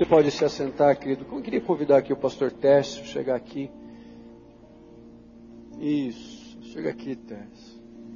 Você pode se assentar, querido. Eu queria convidar aqui o pastor Tércio, chegar aqui. Isso, chega aqui, Tércio.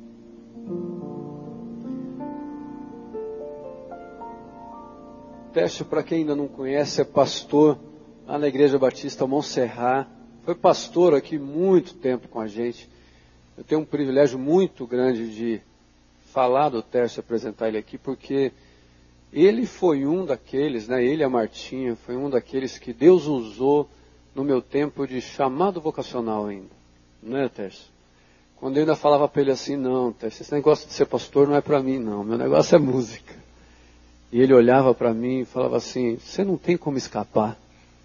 Tércio, para quem ainda não conhece, é pastor lá na Igreja Batista Montserrat. Foi pastor aqui muito tempo com a gente. Eu tenho um privilégio muito grande de falar do Tércio, apresentar ele aqui, porque ele foi um daqueles, né? Ele e a Martinha, foi um daqueles que Deus usou no meu tempo de chamado vocacional ainda. Não é, Tércio? Quando eu ainda falava para ele assim, não, Tércio, esse negócio de ser pastor não é para mim, não. Meu negócio é música. E ele olhava para mim e falava assim, você não tem como escapar.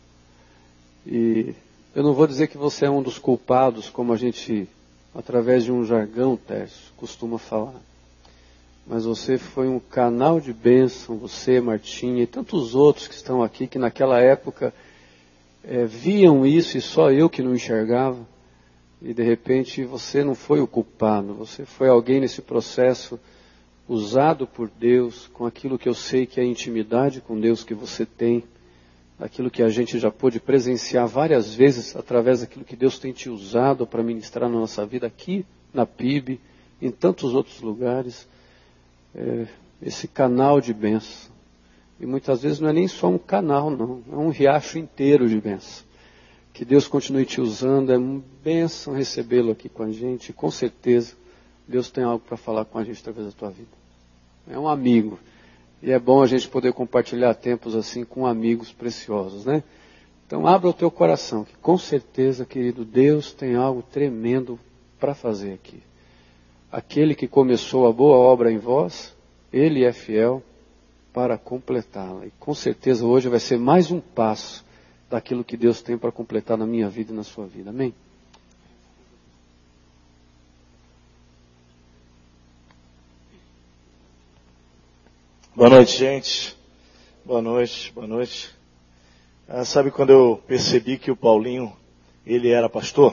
E eu não vou dizer que você é um dos culpados, como a gente, através de um jargão, Tércio, costuma falar. Mas você foi um canal de bênção, você, Martinha, e tantos outros que estão aqui, que naquela época viam isso e só eu que não enxergava. E de repente você não foi o culpado, você foi alguém nesse processo usado por Deus, com aquilo que eu sei que é a intimidade com Deus que você tem, aquilo que a gente já pôde presenciar várias vezes, através daquilo que Deus tem te usado para ministrar na nossa vida, aqui na PIB, em tantos outros lugares. Esse canal de bênção. E muitas vezes não é nem só um canal, não. É um riacho inteiro de bênção. Que Deus continue te usando. É uma bênção recebê-lo aqui com a gente. E com certeza Deus tem algo para falar com a gente através da tua vida. É um amigo. E é bom a gente poder compartilhar tempos assim com amigos preciosos, né? Então abra o teu coração. Que com certeza, querido, Deus tem algo tremendo para fazer aqui. Aquele que começou a boa obra em vós, Ele é fiel para completá-la. E com certeza hoje vai ser mais um passo daquilo que Deus tem para completar na minha vida e na sua vida. Amém? Boa noite, gente. Boa noite, boa noite. Sabe quando eu percebi que o Paulinho, ele era pastor?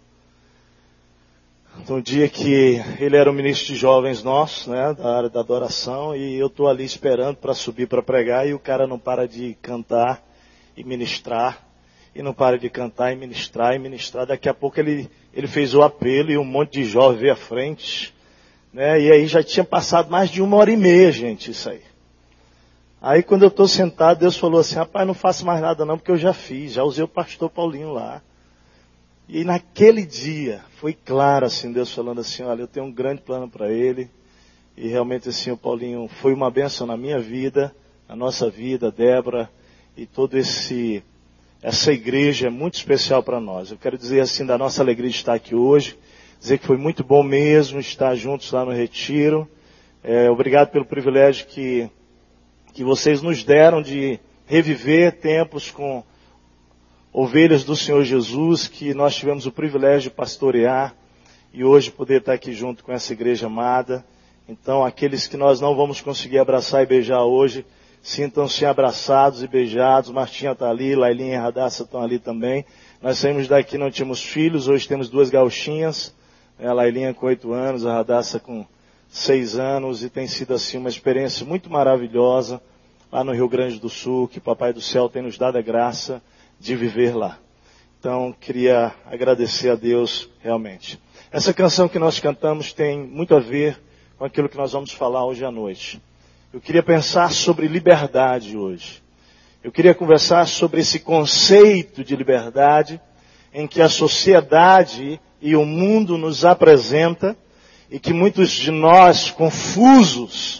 No dia que ele era o ministro de jovens nosso, né, da área da adoração, e eu estou ali esperando para subir para pregar, e o cara não para de cantar e ministrar, e não para de cantar e ministrar e ministrar. Daqui a pouco ele fez o apelo e um monte de jovem veio à frente, né, e aí já tinha passado mais de 1h30, gente, isso aí. Aí quando eu estou sentado, Deus falou assim, rapaz, não faço mais nada não, porque eu já fiz, já usei o pastor Paulinho lá. E naquele dia, foi claro assim, Deus falando assim, olha, eu tenho um grande plano para ele. E realmente assim, o Paulinho foi uma bênção na minha vida, na nossa vida, Débora, e toda essa igreja é muito especial para nós. Eu quero dizer assim, da nossa alegria de estar aqui hoje, dizer que foi muito bom mesmo estar juntos lá no Retiro. Obrigado pelo privilégio que vocês nos deram de reviver tempos com ovelhas do Senhor Jesus, que nós tivemos o privilégio de pastorear e hoje poder estar aqui junto com essa igreja amada. Então, aqueles que nós não vamos conseguir abraçar e beijar hoje, sintam-se abraçados e beijados. Martinha está ali, Lailinha e Radassa estão ali também. Nós saímos daqui, não tínhamos filhos, hoje temos 2 gauchinhas, a Lailinha com 8 anos, a Radassa com 6 anos, e tem sido assim uma experiência muito maravilhosa lá no Rio Grande do Sul, que o Papai do Céu tem nos dado a graça de viver lá. Então, queria agradecer a Deus realmente. Essa canção que nós cantamos tem muito a ver com aquilo que nós vamos falar hoje à noite. Eu queria pensar sobre liberdade hoje. Eu queria conversar sobre esse conceito de liberdade em que a sociedade e o mundo nos apresenta e que muitos de nós, confusos,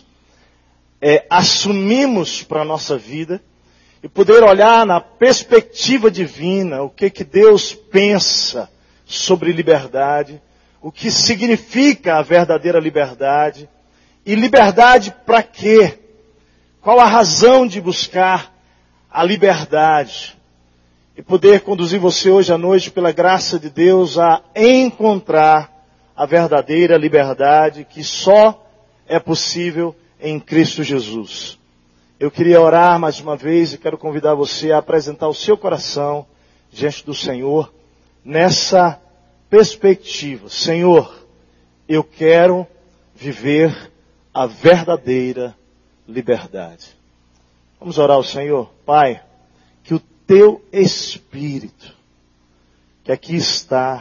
assumimos para a nossa vida. E poder olhar na perspectiva divina o que Deus pensa sobre liberdade, o que significa a verdadeira liberdade, e liberdade para quê? Qual a razão de buscar a liberdade? E poder conduzir você hoje à noite, pela graça de Deus, a encontrar a verdadeira liberdade que só é possível em Cristo Jesus. Eu queria orar mais uma vez e quero convidar você a apresentar o seu coração diante do Senhor nessa perspectiva. Senhor, eu quero viver a verdadeira liberdade. Vamos orar ao Senhor. Pai, teu Espírito, que aqui está,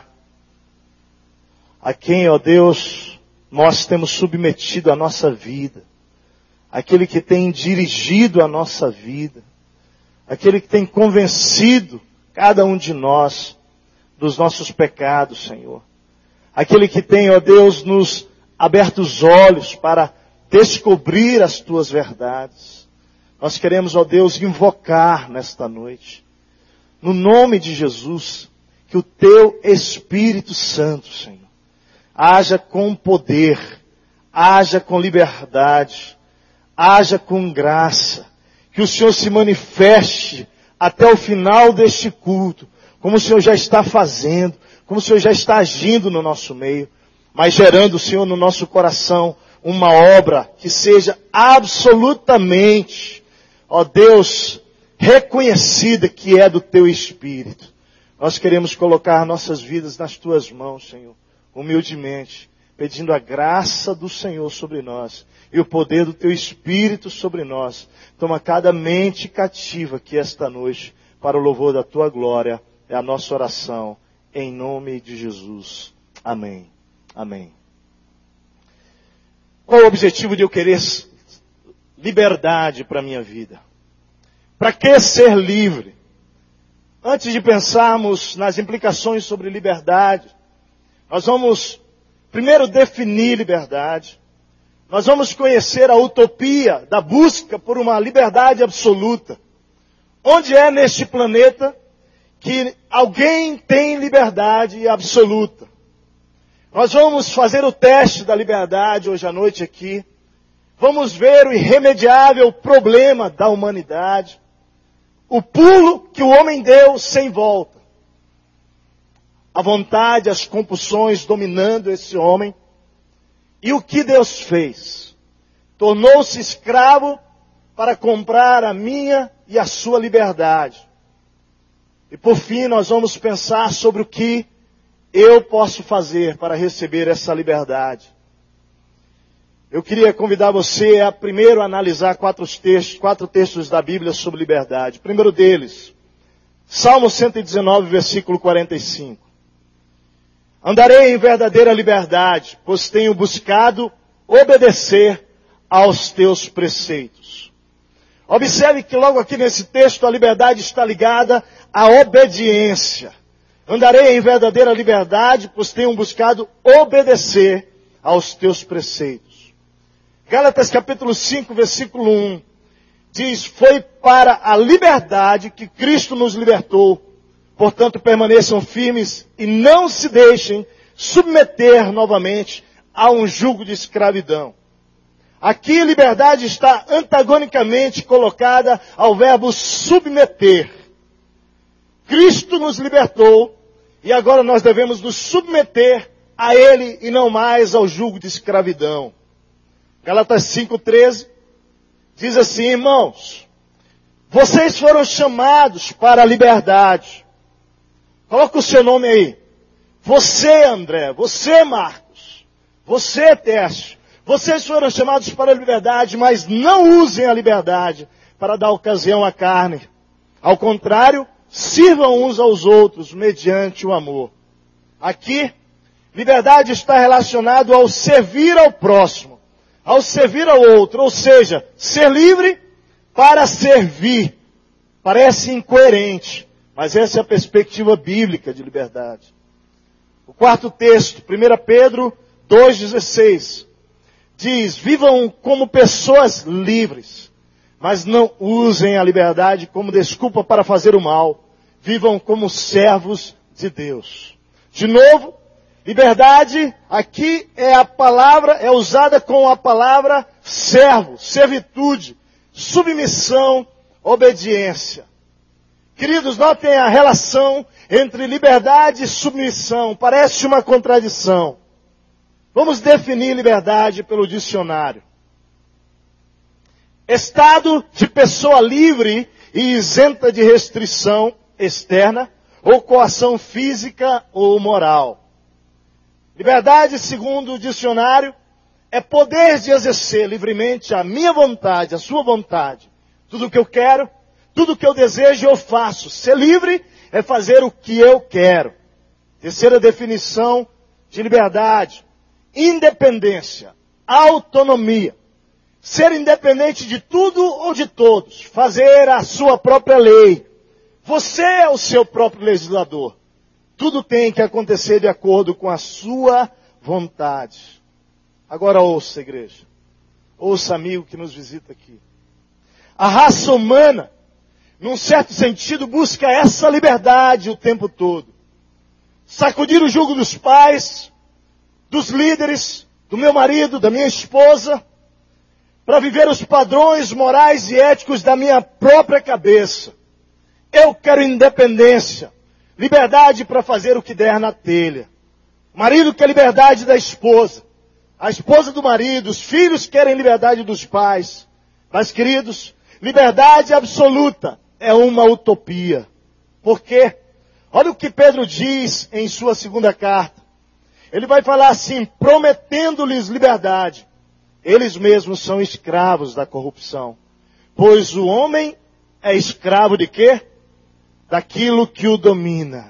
a quem, ó Deus, nós temos submetido a nossa vida, aquele que tem dirigido a nossa vida, aquele que tem convencido cada um de nós dos nossos pecados, Senhor. Aquele que tem, ó Deus, nos aberto os olhos para descobrir as tuas verdades. Nós queremos, ó Deus, invocar nesta noite, no nome de Jesus, que o teu Espírito Santo, Senhor, haja com poder, haja com liberdade, haja com graça, que o Senhor se manifeste até o final deste culto, como o Senhor já está fazendo, como o Senhor já está agindo no nosso meio, mas gerando, Senhor, no nosso coração uma obra que seja absolutamente, ó Deus, reconhecida que é do teu Espírito. Nós queremos colocar nossas vidas nas tuas mãos, Senhor, humildemente, pedindo a graça do Senhor sobre nós e o poder do teu Espírito sobre nós. Toma cada mente cativa aqui esta noite para o louvor da tua glória. É a nossa oração, em nome de Jesus. Amém. Amém. Qual o objetivo de eu querer liberdade para a minha vida? Para que ser livre? Antes de pensarmos nas implicações sobre liberdade, nós vamos primeiro definir liberdade. Nós vamos conhecer a utopia da busca por uma liberdade absoluta. Onde é neste planeta que alguém tem liberdade absoluta? Nós vamos fazer o teste da liberdade hoje à noite aqui. Vamos ver o irremediável problema da humanidade. O pulo que o homem deu sem volta. A vontade, as compulsões dominando esse homem. E o que Deus fez? Tornou-se escravo para comprar a minha e a sua liberdade. E por fim nós vamos pensar sobre o que eu posso fazer para receber essa liberdade. Eu queria convidar você a primeiro analisar quatro textos da Bíblia sobre liberdade. O primeiro deles, Salmo 119, versículo 45. Andarei em verdadeira liberdade, pois tenho buscado obedecer aos teus preceitos. Observe que logo aqui nesse texto a liberdade está ligada à obediência. Andarei em verdadeira liberdade, pois tenho buscado obedecer aos teus preceitos. Gálatas capítulo 5, versículo 1, diz, foi para a liberdade que Cristo nos libertou. Portanto, permaneçam firmes e não se deixem submeter novamente a um jugo de escravidão. Aqui a liberdade está antagonicamente colocada ao verbo submeter. Cristo nos libertou e agora nós devemos nos submeter a Ele e não mais ao jugo de escravidão. Gálatas 5,13 diz assim, irmãos, vocês foram chamados para a liberdade. Coloca o seu nome aí. Você, André, você, Marcos, você, Tércio, vocês foram chamados para a liberdade, mas não usem a liberdade para dar ocasião à carne. Ao contrário, sirvam uns aos outros mediante o amor. Aqui, liberdade está relacionado ao servir ao próximo, ao servir ao outro, ou seja, ser livre para servir. Parece incoerente, mas essa é a perspectiva bíblica de liberdade. O quarto texto, 1 Pedro 2,16, diz, vivam como pessoas livres, mas não usem a liberdade como desculpa para fazer o mal. Vivam como servos de Deus. De novo, liberdade aqui é usada com a palavra servo, servitude, submissão, obediência. Queridos, notem a relação entre liberdade e submissão. Parece uma contradição. Vamos definir liberdade pelo dicionário. Estado de pessoa livre e isenta de restrição externa ou coação física ou moral. Liberdade, segundo o dicionário, é poder de exercer livremente a minha vontade, a sua vontade. Tudo o que eu quero, Tudo que eu desejo eu faço. Ser livre é fazer o que eu quero. Terceira definição de liberdade: independência, autonomia. Ser independente de tudo ou de todos. Fazer a sua própria lei. Você é o seu próprio legislador. Tudo tem que acontecer de acordo com a sua vontade. Agora ouça, igreja. Ouça, amigo que nos visita aqui. A raça humana, num certo sentido, busca essa liberdade o tempo todo. Sacudir o jugo dos pais, dos líderes, do meu marido, da minha esposa, para viver os padrões morais e éticos da minha própria cabeça. Eu quero independência, liberdade para fazer o que der na telha. O marido quer liberdade da esposa, a esposa do marido, os filhos querem liberdade dos pais. Mas, queridos, liberdade absoluta é uma utopia. Por quê? Olha o que Pedro diz em sua segunda carta. Ele vai falar assim: prometendo-lhes liberdade, eles mesmos são escravos da corrupção. Pois o homem é escravo de quê? Daquilo que o domina.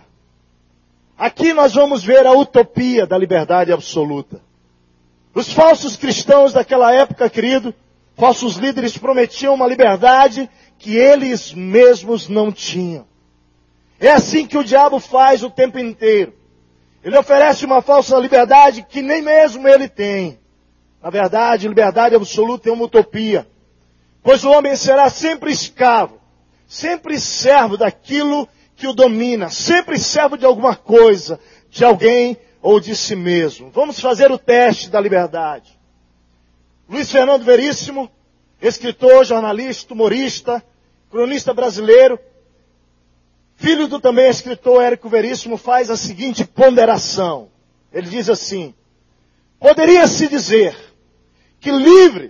Aqui nós vamos ver a utopia da liberdade absoluta. Os falsos cristãos daquela época, querido, falsos líderes prometiam uma liberdade que eles mesmos não tinham. É assim que o diabo faz o tempo inteiro. Ele oferece uma falsa liberdade que nem mesmo ele tem. Na verdade, liberdade absoluta é uma utopia. Pois o homem será sempre escravo, sempre servo daquilo que o domina, sempre servo de alguma coisa, de alguém ou de si mesmo. Vamos fazer o teste da liberdade. Luiz Fernando Veríssimo, escritor, jornalista, humorista, cronista brasileiro, filho do também escritor Érico Veríssimo, faz a seguinte ponderação. Ele diz assim: poderia-se dizer que livre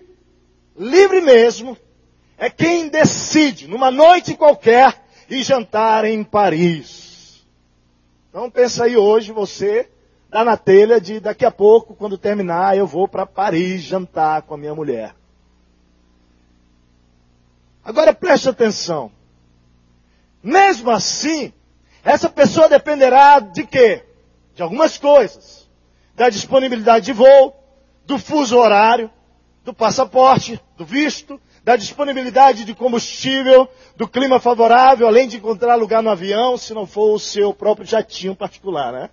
mesmo, é quem decide, numa noite qualquer, ir jantar em Paris. Então pensa aí hoje, você está na telha de daqui a pouco, quando terminar, eu vou para Paris jantar com a minha mulher. Agora preste atenção. Mesmo assim, essa pessoa dependerá de quê? De algumas coisas. Da disponibilidade de voo, do fuso horário, do passaporte, do visto, da disponibilidade de combustível, do clima favorável, além de encontrar lugar no avião, se não for o seu próprio jatinho particular, né?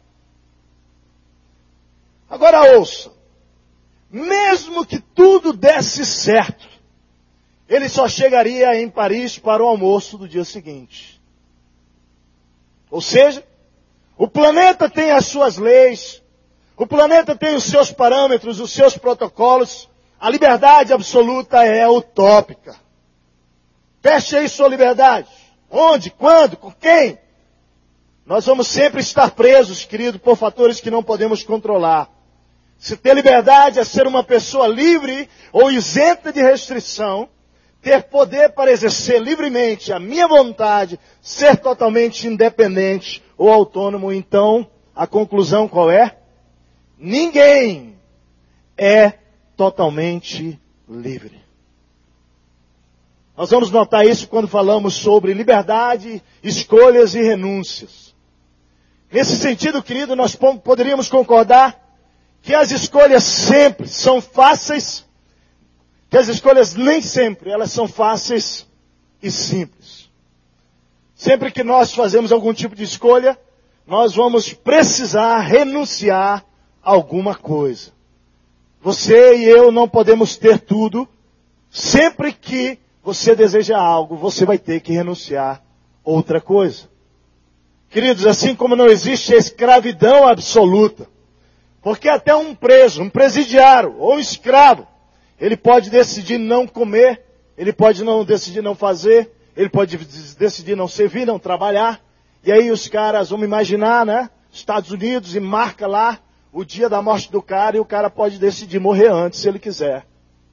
Agora ouça. Mesmo que tudo desse certo, ele só chegaria em Paris para o almoço do dia seguinte. Ou seja, o planeta tem as suas leis, o planeta tem os seus parâmetros, os seus protocolos. A liberdade absoluta é utópica. Teste aí sua liberdade. Onde, quando, com quem? Nós vamos sempre estar presos, querido, por fatores que não podemos controlar. Se ter liberdade é ser uma pessoa livre ou isenta de restrição, ter poder para exercer livremente a minha vontade, ser totalmente independente ou autônomo, então, a conclusão qual é? Ninguém é totalmente livre. Nós vamos notar isso quando falamos sobre liberdade, escolhas e renúncias. Nesse sentido, querido, nós poderíamos concordar que as escolhas sempre são fáceis, que as escolhas nem sempre elas são fáceis e simples. Sempre que nós fazemos algum tipo de escolha, nós vamos precisar renunciar a alguma coisa. Você e eu não podemos ter tudo. Sempre que você deseja algo, você vai ter que renunciar a outra coisa. Queridos, assim como não existe a escravidão absoluta, porque até um preso, um presidiário ou um escravo, ele pode decidir não comer, ele pode decidir não fazer, ele pode decidir não servir, não trabalhar. E aí os caras, vamos imaginar, né? Estados Unidos, e marca lá o dia da morte do cara, e o cara pode decidir morrer antes, se ele quiser.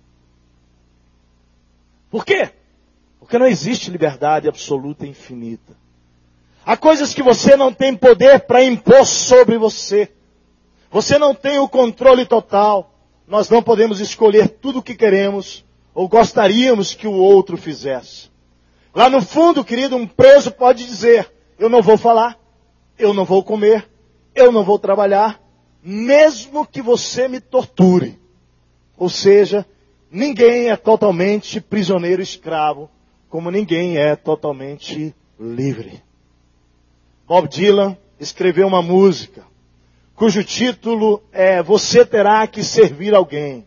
Por quê? Porque não existe liberdade absoluta e infinita. Há coisas que você não tem poder para impor sobre você. Você não tem o controle total. Nós não podemos escolher tudo o que queremos ou gostaríamos que o outro fizesse. Lá no fundo, querido, um preso pode dizer, eu não vou falar, eu não vou comer, eu não vou trabalhar, mesmo que você me torture. Ou seja, ninguém é totalmente prisioneiro escravo, como ninguém é totalmente livre. Bob Dylan escreveu uma música, cujo título é Você Terá que Servir Alguém.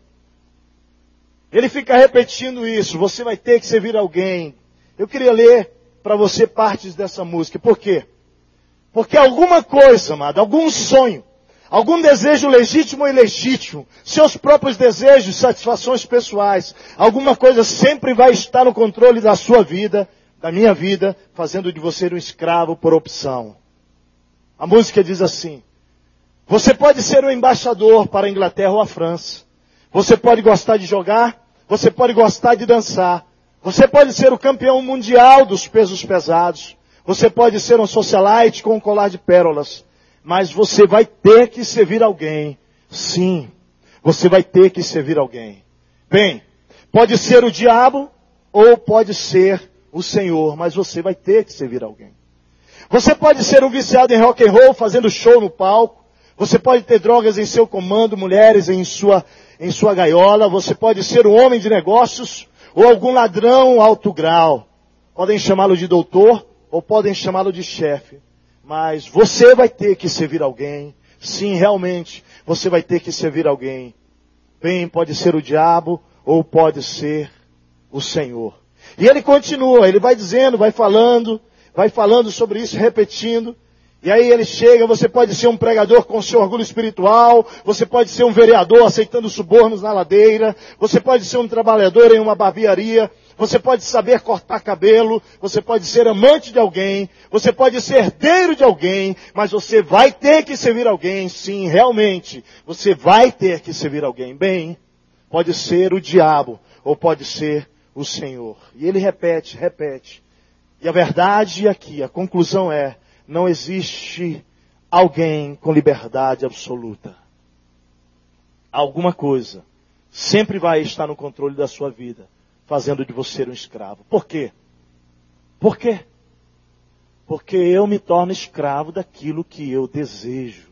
Ele fica repetindo isso, você vai ter que servir alguém. Eu queria ler para você partes dessa música. Por quê? Porque alguma coisa, amado, algum sonho, algum desejo legítimo ou ilegítimo, seus próprios desejos, satisfações pessoais, alguma coisa sempre vai estar no controle da sua vida, da minha vida, fazendo de você um escravo por opção. A música diz assim, você pode ser um embaixador para a Inglaterra ou a França. Você pode gostar de jogar, você pode gostar de dançar. Você pode ser o campeão mundial dos pesos pesados. Você pode ser um socialite com um colar de pérolas. Mas você vai ter que servir alguém. Sim, você vai ter que servir alguém. Bem, pode ser o diabo ou pode ser o Senhor, mas você vai ter que servir alguém. Você pode ser um viciado em rock and roll, fazendo show no palco. Você pode ter drogas em seu comando, mulheres em sua gaiola. Você pode ser um homem de negócios ou algum ladrão alto grau. Podem chamá-lo de doutor ou podem chamá-lo de chefe. Mas você vai ter que servir alguém. Sim, realmente, você vai ter que servir alguém. Bem, pode ser o diabo ou pode ser o Senhor. E ele continua, ele vai dizendo, vai falando sobre isso, repetindo. E aí ele chega, você pode ser um pregador com seu orgulho espiritual, você pode ser um vereador aceitando subornos na ladeira, você pode ser um trabalhador em uma barbearia, você pode saber cortar cabelo, você pode ser amante de alguém, você pode ser herdeiro de alguém, mas você vai ter que servir alguém, sim, realmente, você vai ter que servir alguém. Bem, pode ser o diabo ou pode ser o Senhor. E ele repete. E a verdade aqui, a conclusão é, não existe alguém com liberdade absoluta. Alguma coisa sempre vai estar no controle da sua vida, fazendo de você um escravo. Por quê? Por quê? Porque eu me torno escravo daquilo que eu desejo.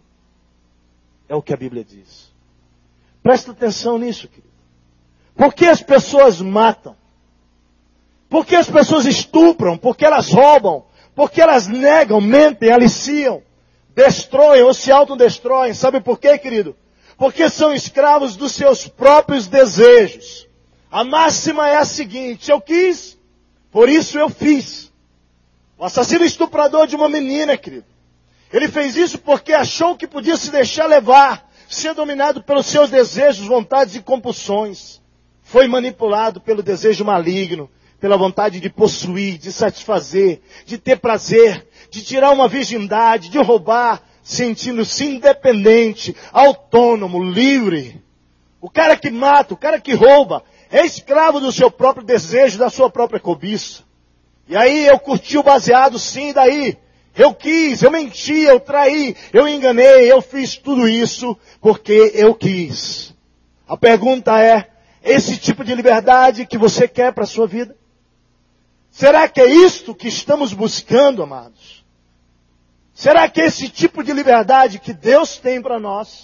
É o que a Bíblia diz. Presta atenção nisso, querido. Por que as pessoas matam? Por que as pessoas estupram? Por que elas roubam? Porque elas negam, mentem, aliciam, destroem ou se autodestroem. Sabe por quê, querido? Porque são escravos dos seus próprios desejos. A máxima é a seguinte, eu quis, por isso eu fiz. O assassino estuprador de uma menina, querido. Ele fez isso porque achou que podia se deixar levar, ser dominado pelos seus desejos, vontades e compulsões. Foi manipulado pelo desejo maligno, pela vontade de possuir, de satisfazer, de ter prazer, de tirar uma virgindade, de roubar, sentindo-se independente, autônomo, livre. O cara que mata, o cara que rouba, é escravo do seu próprio desejo, da sua própria cobiça. E aí eu curti o baseado, sim, daí. Eu quis, eu menti, eu traí, eu enganei, eu fiz tudo isso porque eu quis. A pergunta é, esse tipo de liberdade que você quer para a sua vida? Será que é isto que estamos buscando, amados? Será que é esse tipo de liberdade que Deus tem para nós?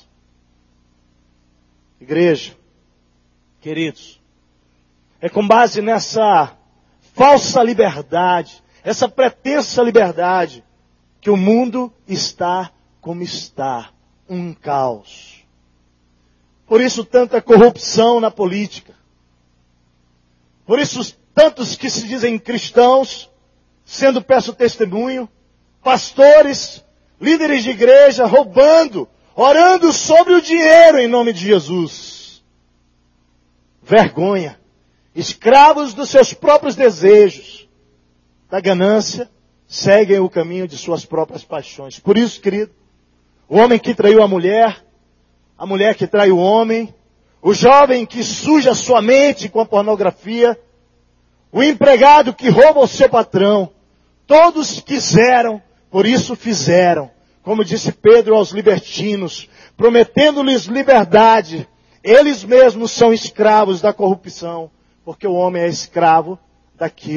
Igreja, queridos, é com base nessa falsa liberdade, essa pretensa liberdade, que o mundo está como está, um caos. Por isso tanta corrupção na política. Por isso tantos que se dizem cristãos, sendo peço testemunho, pastores, líderes de igreja, roubando, orando sobre o dinheiro em nome de Jesus. Vergonha. Escravos dos seus próprios desejos, da ganância, seguem o caminho de suas próprias paixões. Por isso, querido, o homem que traiu a mulher que trai o homem, o jovem que suja sua mente com a pornografia, o empregado que rouba o seu patrão, todos quiseram, por isso fizeram. Como disse Pedro aos libertinos, prometendo-lhes liberdade, eles mesmos são escravos da corrupção, porque o homem é escravo daquilo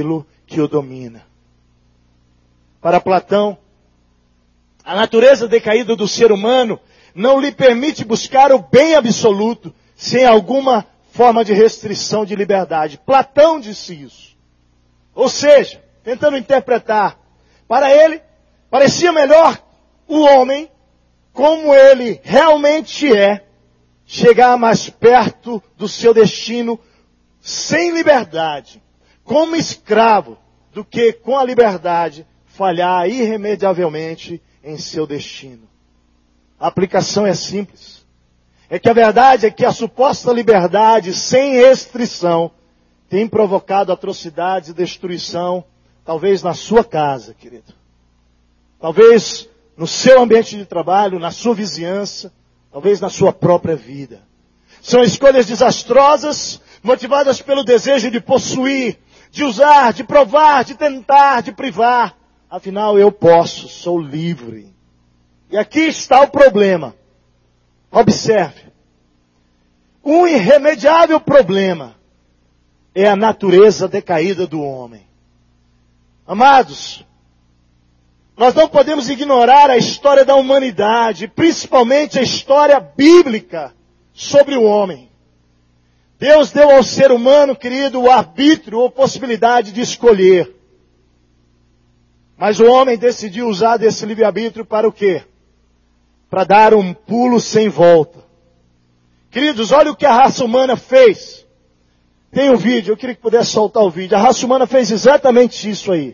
que o domina. Para Platão, a natureza decaída do ser humano não lhe permite buscar o bem absoluto sem alguma forma de restrição de liberdade. Platão disse isso. Ou seja, tentando interpretar, para ele, parecia melhor o homem, como ele realmente é, chegar mais perto do seu destino sem liberdade, como escravo, do que com a liberdade falhar irremediavelmente em seu destino. A aplicação é simples. É que a verdade é que a suposta liberdade sem restrição tem provocado atrocidades e destruição, talvez na sua casa, querido. Talvez no seu ambiente de trabalho, na sua vizinhança, talvez na sua própria vida. São escolhas desastrosas, motivadas pelo desejo de possuir, de usar, de provar, de tentar, de privar. Afinal, eu posso, sou livre. E aqui está o problema. Observe. Um irremediável problema é a natureza decaída do homem. Amados, nós não podemos ignorar a história da humanidade, principalmente a história bíblica sobre o homem. Deus deu ao ser humano, querido, o arbítrio ou possibilidade de escolher. Mas o homem decidiu usar desse livre-arbítrio para o quê? Para dar um pulo sem volta. Queridos, olha o que a raça humana fez. Tem um vídeo, eu queria que pudesse soltar o vídeo. A raça humana fez exatamente isso aí.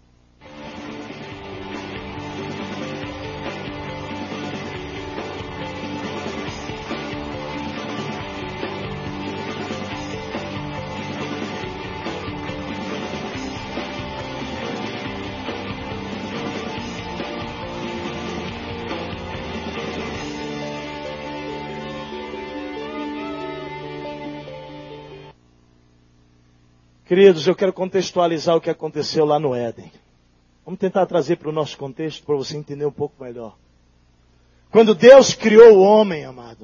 Queridos, eu quero contextualizar o que aconteceu lá no Éden. Vamos tentar trazer para o nosso contexto para você entender um pouco melhor. Quando Deus criou o homem, amado,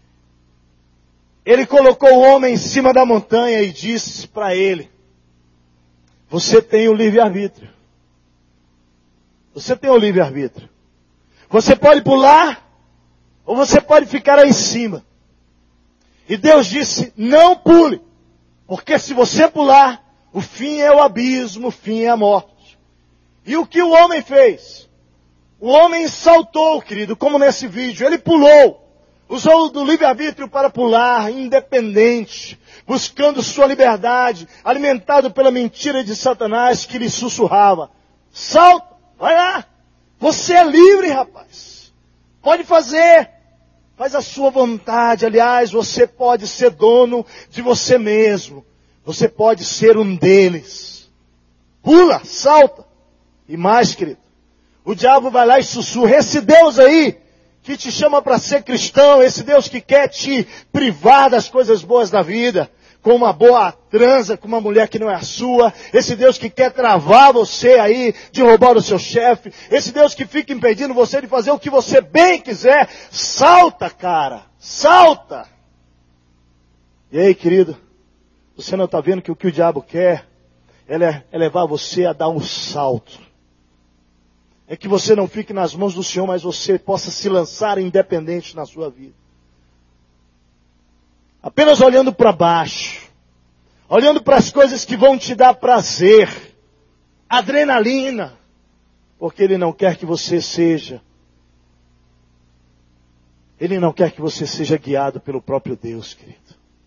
Ele colocou o homem em cima da montanha e disse para ele: você tem o livre-arbítrio. Você tem o livre-arbítrio. Você pode pular ou você pode ficar aí em cima. E Deus disse: não pule. Porque se você pular, o fim é o abismo, o fim é a morte. E o que o homem fez? O homem saltou, querido, como nesse vídeo. Ele pulou. Usou do livre-arbítrio para pular, independente, buscando sua liberdade, alimentado pela mentira de Satanás que lhe sussurrava: salta, vai lá. Você é livre, rapaz. Pode fazer. Faz a sua vontade. Aliás, você pode ser dono de você mesmo. Você pode ser um deles. Pula, salta. E mais, querido, o diabo vai lá e sussurra: esse Deus aí que te chama para ser cristão, esse Deus que quer te privar das coisas boas da vida, com uma boa transa, com uma mulher que não é a sua, esse Deus que quer travar você aí de roubar o seu chefe, esse Deus que fica impedindo você de fazer o que você bem quiser, salta, cara, salta. E aí, querido, você não está vendo que o que o diabo quer é levar você a dar um salto. É que você não fique nas mãos do Senhor, mas você possa se lançar independente na sua vida. Apenas olhando para baixo, olhando para as coisas que vão te dar prazer, adrenalina, porque Ele não quer que você seja guiado pelo próprio Deus, querido.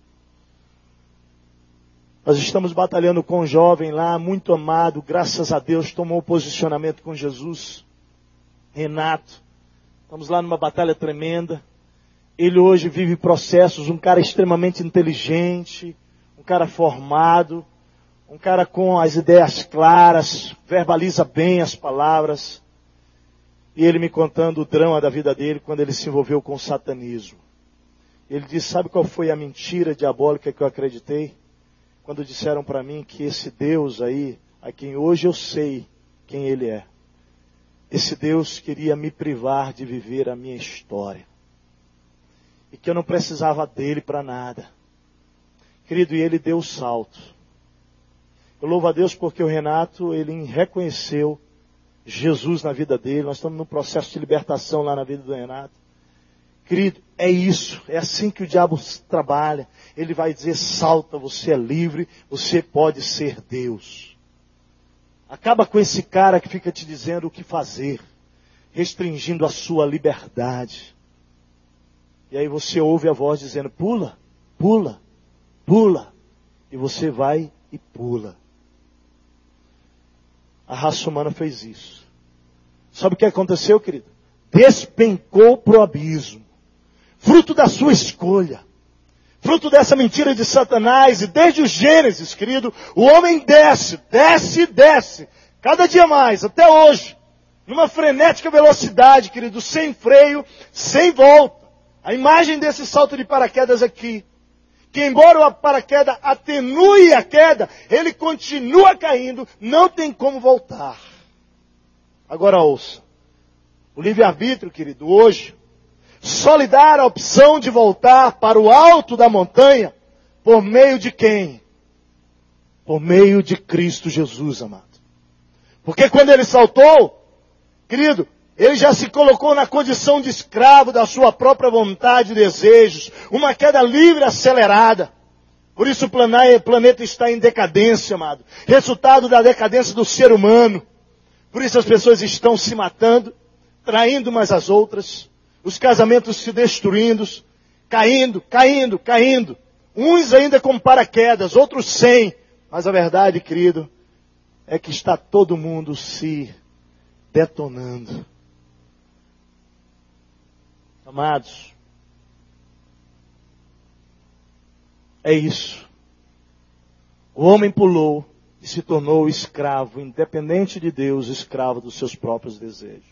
Nós estamos batalhando com um jovem lá, muito amado, graças a Deus, tomou o posicionamento com Jesus, Renato. Estamos lá numa batalha tremenda. Ele hoje vive processos, um cara extremamente inteligente, um cara formado, um cara com as ideias claras, verbaliza bem as palavras. E ele me contando o drama da vida dele quando ele se envolveu com o satanismo. Ele disse: sabe qual foi a mentira diabólica que eu acreditei? Quando disseram para mim que esse Deus aí, a quem hoje eu sei quem Ele é, esse Deus queria me privar de viver a minha história. E que eu não precisava dele para nada. Querido, e ele deu o salto. Eu louvo a Deus porque o Renato, ele reconheceu Jesus na vida dele. Nós estamos num processo de libertação lá na vida do Renato. Querido, é isso. É assim que o diabo trabalha. Ele vai dizer, salta, você é livre, você pode ser Deus. Acaba com esse cara que fica te dizendo o que fazer, restringindo a sua liberdade. E aí você ouve a voz dizendo, pula, pula, pula. E você vai e pula. A raça humana fez isso. Sabe o que aconteceu, querido? Despencou para o abismo. Fruto da sua escolha. Fruto dessa mentira de Satanás. E desde o Gênesis, querido, o homem desce, desce, desce. Cada dia mais, até hoje. Numa frenética velocidade, querido, sem freio, sem volta. A imagem desse salto de paraquedas aqui. Que embora o paraquedas atenue a queda, ele continua caindo, não tem como voltar. Agora ouça. O livre-arbítrio, querido, hoje, só lhe dá a opção de voltar para o alto da montanha, por meio de quem? Por meio de Cristo Jesus, amado. Porque quando ele saltou, querido, ele já se colocou na condição de escravo da sua própria vontade e desejos. Uma queda livre acelerada. Por isso o planeta está em decadência, amado. Resultado da decadência do ser humano. Por isso as pessoas estão se matando, traindo umas às outras. Os casamentos se destruindo, caindo, caindo, caindo. Uns ainda com paraquedas, outros sem. Mas a verdade, querido, é que está todo mundo se detonando. Amados, é isso. O homem pulou e se tornou escravo, independente de Deus, escravo dos seus próprios desejos.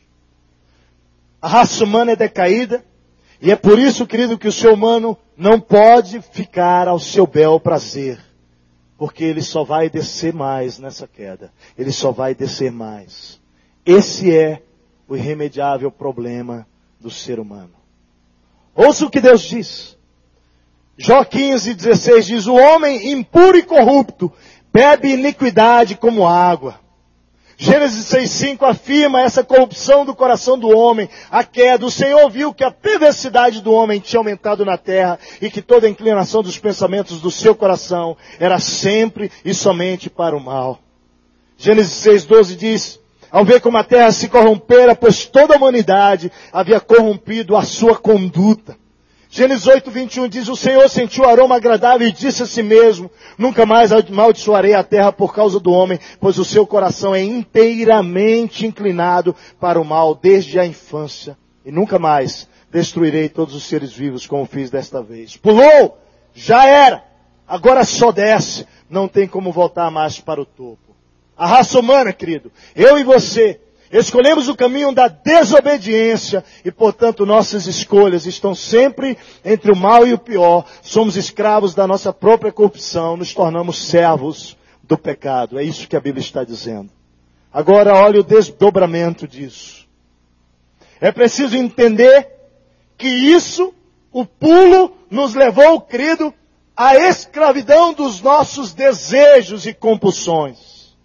A raça humana é decaída, e é por isso, querido, que o ser humano não pode ficar ao seu bel prazer, porque ele só vai descer mais nessa queda. Ele só vai descer mais. Esse é o irremediável problema do ser humano. Ouça o que Deus diz. Jó 15:16 diz, o homem impuro e corrupto bebe iniquidade como água. Gênesis 6:5 afirma essa corrupção do coração do homem, a queda. O Senhor viu que a perversidade do homem tinha aumentado na terra e que toda a inclinação dos pensamentos do seu coração era sempre e somente para o mal. Gênesis 6:12 diz, ao ver como a terra se corrompera, pois toda a humanidade havia corrompido a sua conduta. Gênesis 8:21 diz, o Senhor sentiu o aroma agradável e disse a si mesmo, nunca mais amaldiçoarei a terra por causa do homem, pois o seu coração é inteiramente inclinado para o mal desde a infância. E nunca mais destruirei todos os seres vivos como fiz desta vez. Pulou, já era, agora só desce, não tem como voltar mais para o topo. A raça humana, querido, eu e você, escolhemos o caminho da desobediência e, portanto, nossas escolhas estão sempre entre o mal e o pior. Somos escravos da nossa própria corrupção, nos tornamos servos do pecado. É isso que a Bíblia está dizendo. Agora, olha o desdobramento disso. É preciso entender que isso, o pulo, nos levou, querido, à escravidão dos nossos desejos e compulsões.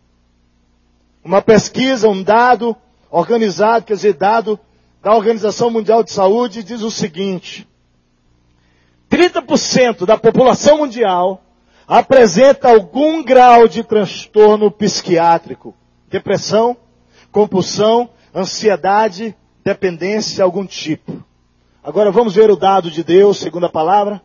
Uma pesquisa, um dado organizado, quer dizer, dado da Organização Mundial de Saúde, diz o seguinte: 30% da população mundial apresenta algum grau de transtorno psiquiátrico. Depressão, compulsão, ansiedade, dependência, algum tipo. Agora vamos ver o dado de Deus, segundo a palavra.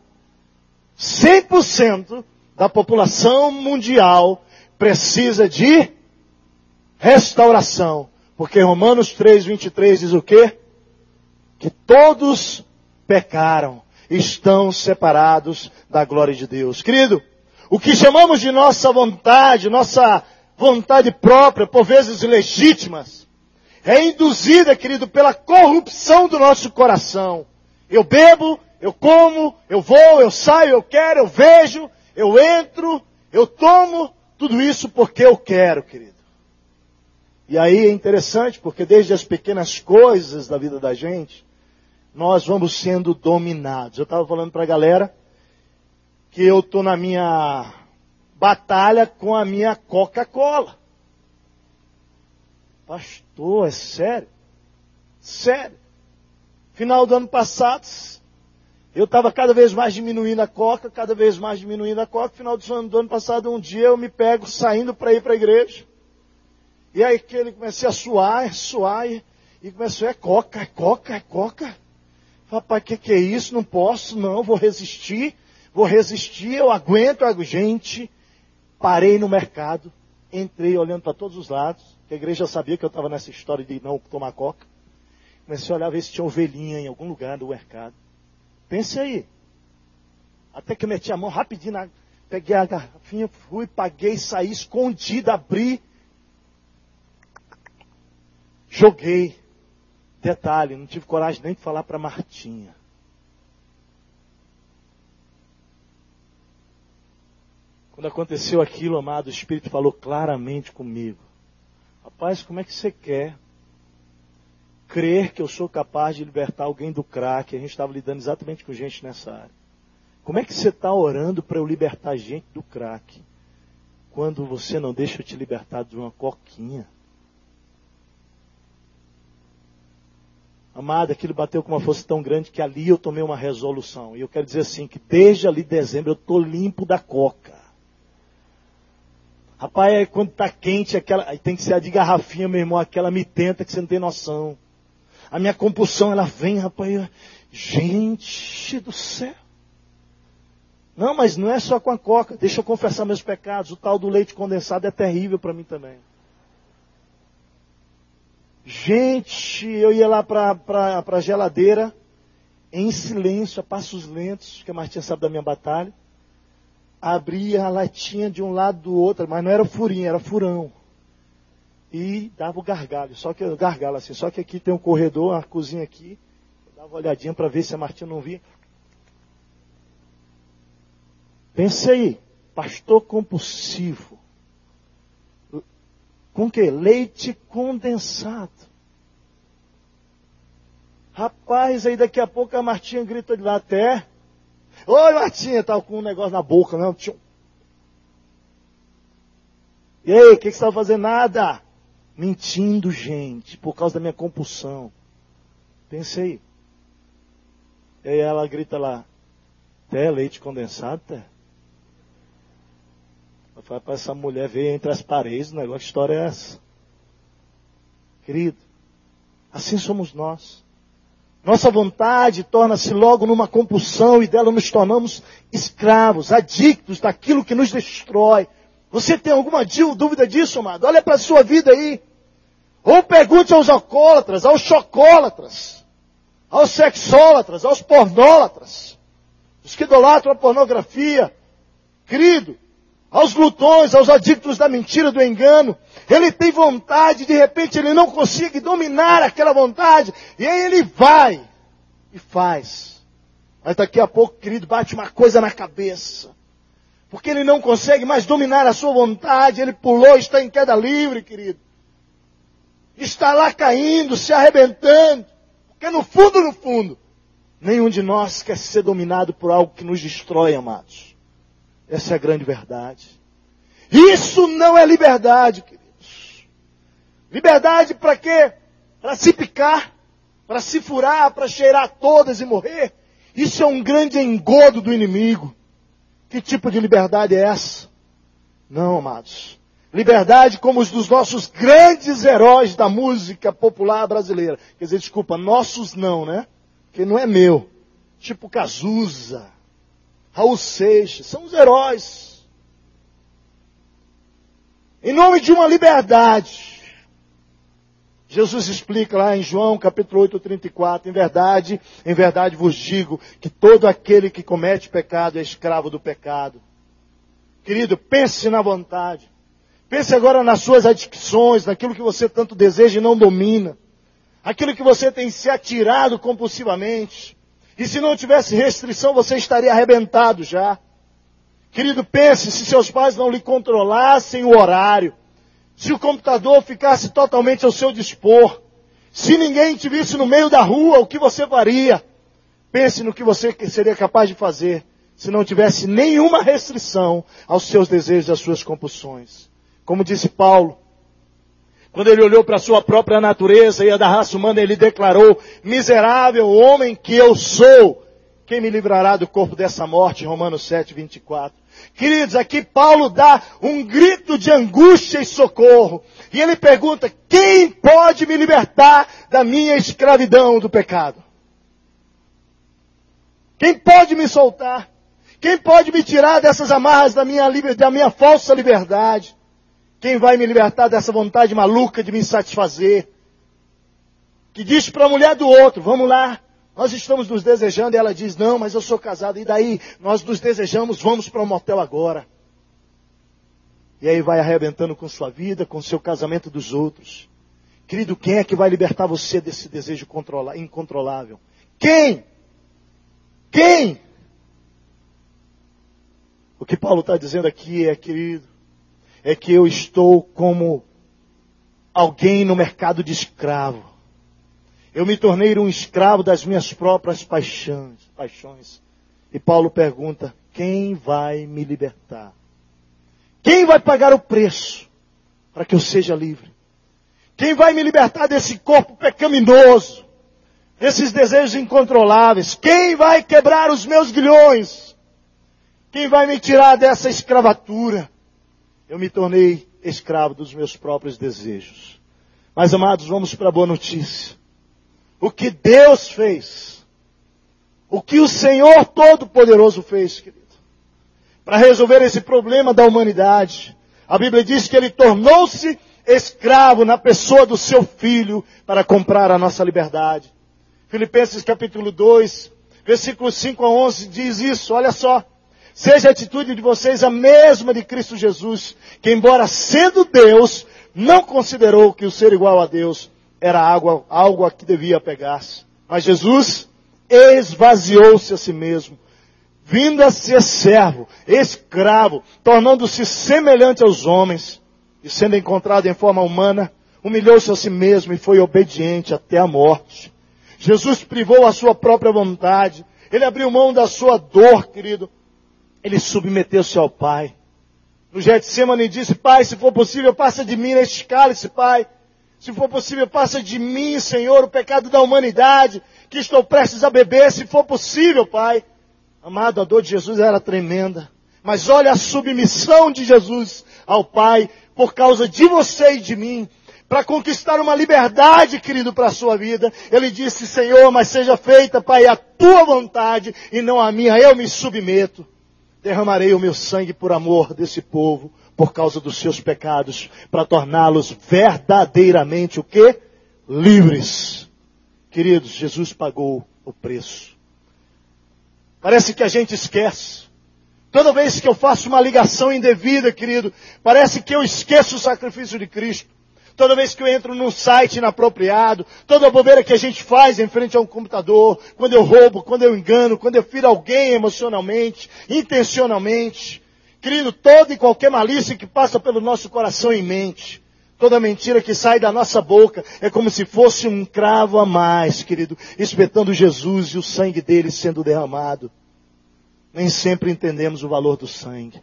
100% da população mundial precisa de restauração. Porque Romanos 3:23 diz o quê? Que todos pecaram, estão separados da glória de Deus. Querido, o que chamamos de nossa vontade própria, por vezes legítimas, é induzida, querido, pela corrupção do nosso coração. Eu bebo, eu como, eu vou, eu saio, eu quero, eu vejo, eu entro, eu tomo, tudo isso porque eu quero, querido. E aí é interessante, porque desde as pequenas coisas da vida da gente, nós vamos sendo dominados. Eu estava falando para a galera que eu estou na minha batalha com a minha Coca-Cola. Pastor, é sério? Sério. Final do ano passado, eu estava cada vez mais diminuindo a Coca, Final do ano passado, um dia eu me pego saindo para ir para a igreja. E aí que ele comecei a suar, e começou, é Coca. Rapaz, que é isso? Não posso, não, vou resistir, eu aguento. Gente, parei no mercado, entrei olhando para todos os lados, que a igreja sabia que eu estava nessa história de não tomar Coca. Comecei a olhar, ver se tinha ovelhinha em algum lugar do mercado. Pense aí. Até que eu meti a mão rapidinho, peguei a garrafinha, fui, paguei, saí, escondido, abri. Joguei. Detalhe, não tive coragem nem de falar para Martinha. Quando aconteceu aquilo, amado, o Espírito falou claramente comigo. Rapaz, como é que você quer crer que eu sou capaz de libertar alguém do crack? A gente estava lidando exatamente com gente nessa área. Como é que você está orando para eu libertar gente do crack, quando você não deixa eu te libertar de uma coquinha? Amado, aquilo bateu com uma força tão grande que ali eu tomei uma resolução. E eu quero dizer assim, que desde ali dezembro eu estou limpo da coca. Rapaz, quando está quente, aí tem que ser a de garrafinha, meu irmão, aquela me tenta que você não tem noção. A minha compulsão, ela vem, rapaz, gente do céu. Não, mas não é só com a coca. Deixa eu confessar meus pecados. O tal do leite condensado é terrível para mim também. Gente, eu ia lá para a geladeira, em silêncio, a passos lentos, que a Martinha sabe da minha batalha. Abria a latinha de um lado do outro, mas não era furinho, era furão. E dava o gargalo, só que aqui tem um corredor, uma cozinha aqui. Eu dava uma olhadinha para ver se a Martinha não via. Pense aí, pastor compulsivo. Com o quê? Leite condensado. Rapaz, aí daqui a pouco a Martinha grita de lá até. Oi, Martinha, tá com um negócio na boca, não? E aí, o que você estava fazendo? Nada. Mentindo, gente, por causa da minha compulsão. Pense aí. E aí ela grita lá, Té, leite condensado, Té? Eu falei, para essa mulher veio entre as paredes, o negócio, que história é essa? Querido, assim somos nós. Nossa vontade torna-se logo numa compulsão e dela nos tornamos escravos, adictos daquilo que nos destrói. Você tem alguma dúvida disso, amado? Olha para a sua vida aí. Ou pergunte aos alcoólatras, aos chocólatras, aos sexólatras, aos pornólatras, os que idolatram a pornografia. Querido, aos glutões, aos adictos da mentira, do engano. Ele tem vontade, de repente ele não consegue dominar aquela vontade. E aí ele vai e faz. Mas daqui a pouco, querido, bate uma coisa na cabeça. Porque ele não consegue mais dominar a sua vontade. Ele pulou, está em queda livre, querido. Está lá caindo, se arrebentando. Porque no fundo, nenhum de nós quer ser dominado por algo que nos destrói, amados. Essa é a grande verdade. Isso não é liberdade, queridos. Liberdade para quê? Para se picar, para se furar, para cheirar todas e morrer. Isso é um grande engodo do inimigo. Que tipo de liberdade é essa? Não, amados. Liberdade como os dos nossos grandes heróis da música popular brasileira. Quer dizer, desculpa, nossos não, né? Porque não é meu. Tipo Cazuza, Raul Seixas, são os heróis. Em nome de uma liberdade. Jesus explica lá em João capítulo 8, 34, em verdade vos digo que todo aquele que comete pecado é escravo do pecado. Querido, pense na vontade. Pense agora nas suas adicções, naquilo que você tanto deseja e não domina. Aquilo que você tem se atirado compulsivamente. E se não tivesse restrição, você estaria arrebentado já. Querido, pense se seus pais não lhe controlassem o horário. Se o computador ficasse totalmente ao seu dispor. Se ninguém te visse no meio da rua, o que você faria? Pense no que você seria capaz de fazer se não tivesse nenhuma restrição aos seus desejos e às suas compulsões. Como disse Paulo, quando ele olhou para a sua própria natureza e a da raça humana, ele declarou: miserável homem que eu sou, quem me livrará do corpo dessa morte? Romanos 7, 24. Queridos, aqui Paulo dá um grito de angústia e socorro. E ele pergunta: quem pode me libertar da minha escravidão do pecado? Quem pode me soltar? Quem pode me tirar dessas amarras da minha falsa liberdade? Quem vai me libertar dessa vontade maluca de me satisfazer? Que diz para a mulher do outro: vamos lá, nós estamos nos desejando. E ela diz: não, mas eu sou casado. E daí? Nós nos desejamos, vamos para um motel agora. E aí vai arrebentando com sua vida, com o seu casamento dos outros. Querido, quem é que vai libertar você desse desejo incontrolável? Quem? Quem? O que Paulo está dizendo aqui querido, é que eu estou como alguém no mercado de escravo. Eu me tornei um escravo das minhas próprias paixões. E Paulo pergunta: quem vai me libertar? Quem vai pagar o preço para que eu seja livre? Quem vai me libertar desse corpo pecaminoso, desses desejos incontroláveis? Quem vai quebrar os meus grilhões? Quem vai me tirar dessa escravatura? Eu me tornei escravo dos meus próprios desejos. Mas, amados, vamos para a boa notícia. O que Deus fez, o que o Senhor Todo-Poderoso fez, querido, para resolver esse problema da humanidade. A Bíblia diz que Ele tornou-se escravo na pessoa do seu Filho para comprar a nossa liberdade. Filipenses capítulo 2, versículos 5 a 11 diz isso, olha só. Seja a atitude de vocês a mesma de Cristo Jesus, que embora sendo Deus, não considerou que o ser igual a Deus era algo a que devia apegar-se. Mas Jesus esvaziou-se a si mesmo, vindo a ser servo, escravo, tornando-se semelhante aos homens, e sendo encontrado em forma humana, humilhou-se a si mesmo e foi obediente até a morte. Jesus privou a sua própria vontade, Ele abriu mão da sua dor, querido. Ele submeteu-se ao Pai. No Getsemane disse: Pai, se for possível, passa de mim este cálice, Pai. Se for possível, passa de mim, Senhor, o pecado da humanidade, que estou prestes a beber, se for possível, Pai. Amado, a dor de Jesus era tremenda. Mas olha a submissão de Jesus ao Pai, por causa de você e de mim, para conquistar uma liberdade, querido, para a sua vida. Ele disse: Senhor, mas seja feita, Pai, a tua vontade e não a minha, eu me submeto. Derramarei o meu sangue por amor desse povo, por causa dos seus pecados, para torná-los verdadeiramente o quê? Livres. Queridos, Jesus pagou o preço. Parece que a gente esquece. Toda vez que eu faço uma ligação indevida, querido, parece que eu esqueço o sacrifício de Cristo. Toda vez que eu entro num site inapropriado, toda a bobeira que a gente faz em frente a um computador, quando eu roubo, quando eu engano, quando eu firo alguém emocionalmente, intencionalmente. Querido, toda e qualquer malícia que passa pelo nosso coração e mente, toda mentira que sai da nossa boca, é como se fosse um cravo a mais, querido, espetando Jesus e o sangue dele sendo derramado. Nem sempre entendemos o valor do sangue.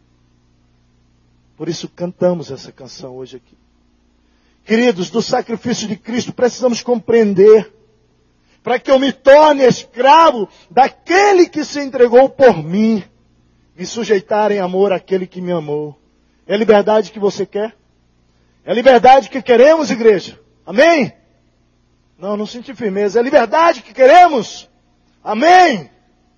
Por isso cantamos essa canção hoje aqui. Queridos, do sacrifício de Cristo precisamos compreender, para que eu me torne escravo daquele que se entregou por mim, me sujeitar em amor àquele que me amou. É a liberdade que você quer? É a liberdade que queremos, igreja? Amém? Não senti firmeza. É a liberdade que queremos? Amém?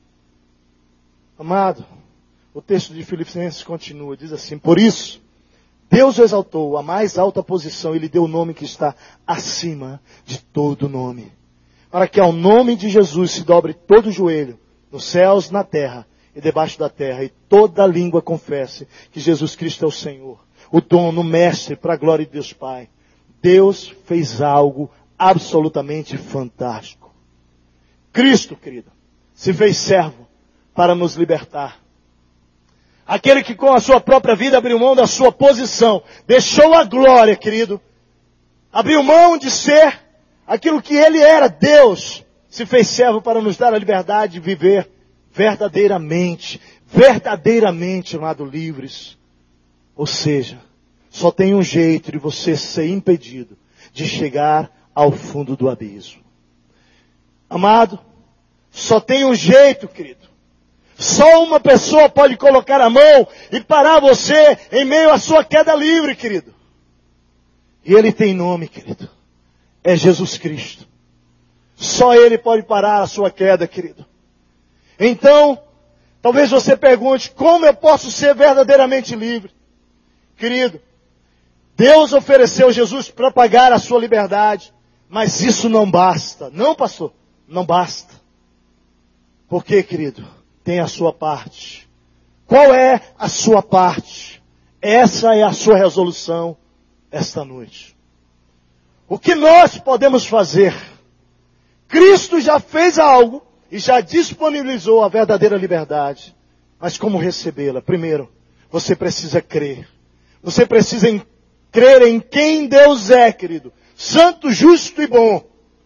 Amado, o texto de Filipenses continua, diz assim: por isso, Deus o exaltou à mais alta posição e lhe deu o nome que está acima de todo nome. Para que ao nome de Jesus se dobre todo o joelho, nos céus, na terra e debaixo da terra, e toda língua confesse que Jesus Cristo é o Senhor, o dono, o mestre, para a glória de Deus Pai. Deus fez algo absolutamente fantástico. Cristo, querido, se fez servo para nos libertar. Aquele que com a sua própria vida abriu mão da sua posição, deixou a glória, querido, abriu mão de ser aquilo que ele era, Deus, se fez servo para nos dar a liberdade de viver verdadeiramente, verdadeiramente, amado, livres. Ou seja, só tem um jeito de você ser impedido de chegar ao fundo do abismo. Amado, só tem um jeito, querido. Só uma pessoa pode colocar a mão e parar você em meio à sua queda livre, querido. E Ele tem nome, querido. É Jesus Cristo. Só Ele pode parar a sua queda, querido. Então, talvez você pergunte, como eu posso ser verdadeiramente livre? Querido, Deus ofereceu Jesus para pagar a sua liberdade, mas isso não basta. Não, pastor, não basta. Por quê, querido? Tem a sua parte. Qual é a sua parte? Essa é a sua resolução esta noite. O que nós podemos fazer? Cristo já fez algo e já disponibilizou a verdadeira liberdade. Mas como recebê-la? Primeiro, você precisa crer. Você precisa crer em quem Deus é, querido. Santo, justo e bom.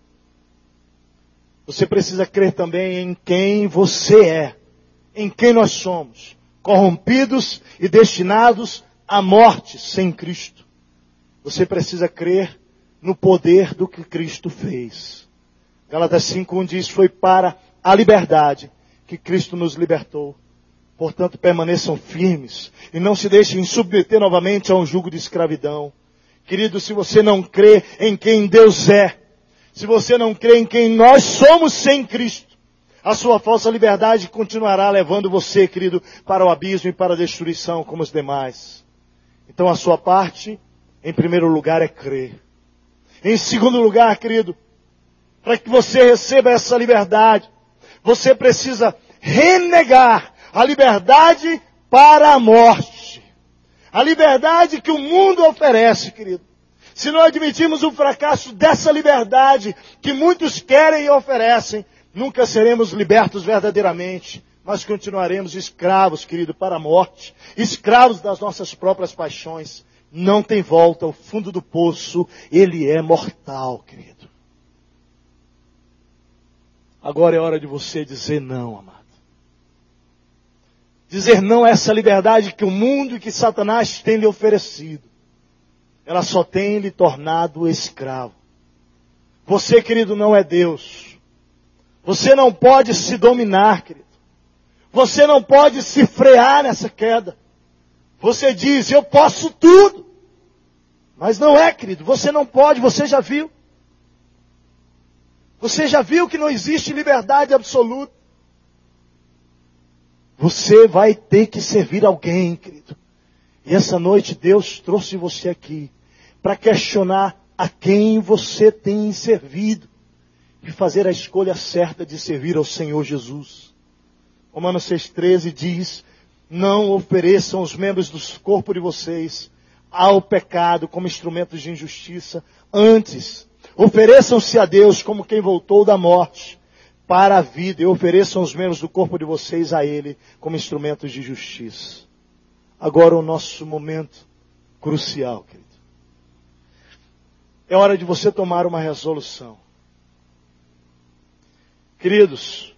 Você precisa crer também em quem você é. Em quem nós somos. Corrompidos e destinados à morte sem Cristo. Você precisa crer no poder do que Cristo fez. Gálatas 5:1 diz, foi para a liberdade que Cristo nos libertou. Portanto, permaneçam firmes e não se deixem submeter novamente a um jugo de escravidão. Querido, se você não crê em quem Deus é, se você não crê em quem nós somos sem Cristo, a sua falsa liberdade continuará levando você, querido, para o abismo e para a destruição como os demais. Então a sua parte, em primeiro lugar, é crer. Em segundo lugar, querido, para que você receba essa liberdade, você precisa renegar a liberdade para a morte. A liberdade que o mundo oferece, querido. Se não admitirmos o fracasso dessa liberdade que muitos querem e oferecem, nunca seremos libertos verdadeiramente, mas continuaremos escravos, querido, para a morte, escravos das nossas próprias paixões. Não tem volta, o fundo do poço, ele é mortal, querido. Agora é hora de você dizer não, amado. Dizer não a essa liberdade que o mundo e que Satanás tem lhe oferecido. Ela só tem lhe tornado escravo. Você, querido, não é Deus. Você não pode se dominar, querido. Você não pode se frear nessa queda. Você diz, eu posso tudo. Mas não é, querido. Você não pode, você já viu. Você já viu que não existe liberdade absoluta. Você vai ter que servir alguém, querido. E essa noite Deus trouxe você aqui para questionar a quem você tem servido. E fazer a escolha certa de servir ao Senhor Jesus. Romanos 6,13 diz, não ofereçam os membros do corpo de vocês ao pecado como instrumentos de injustiça. Antes, ofereçam-se a Deus como quem voltou da morte para a vida e ofereçam os membros do corpo de vocês a Ele como instrumentos de justiça. Agora o nosso momento crucial, querido. É hora de você tomar uma resolução. Queridos,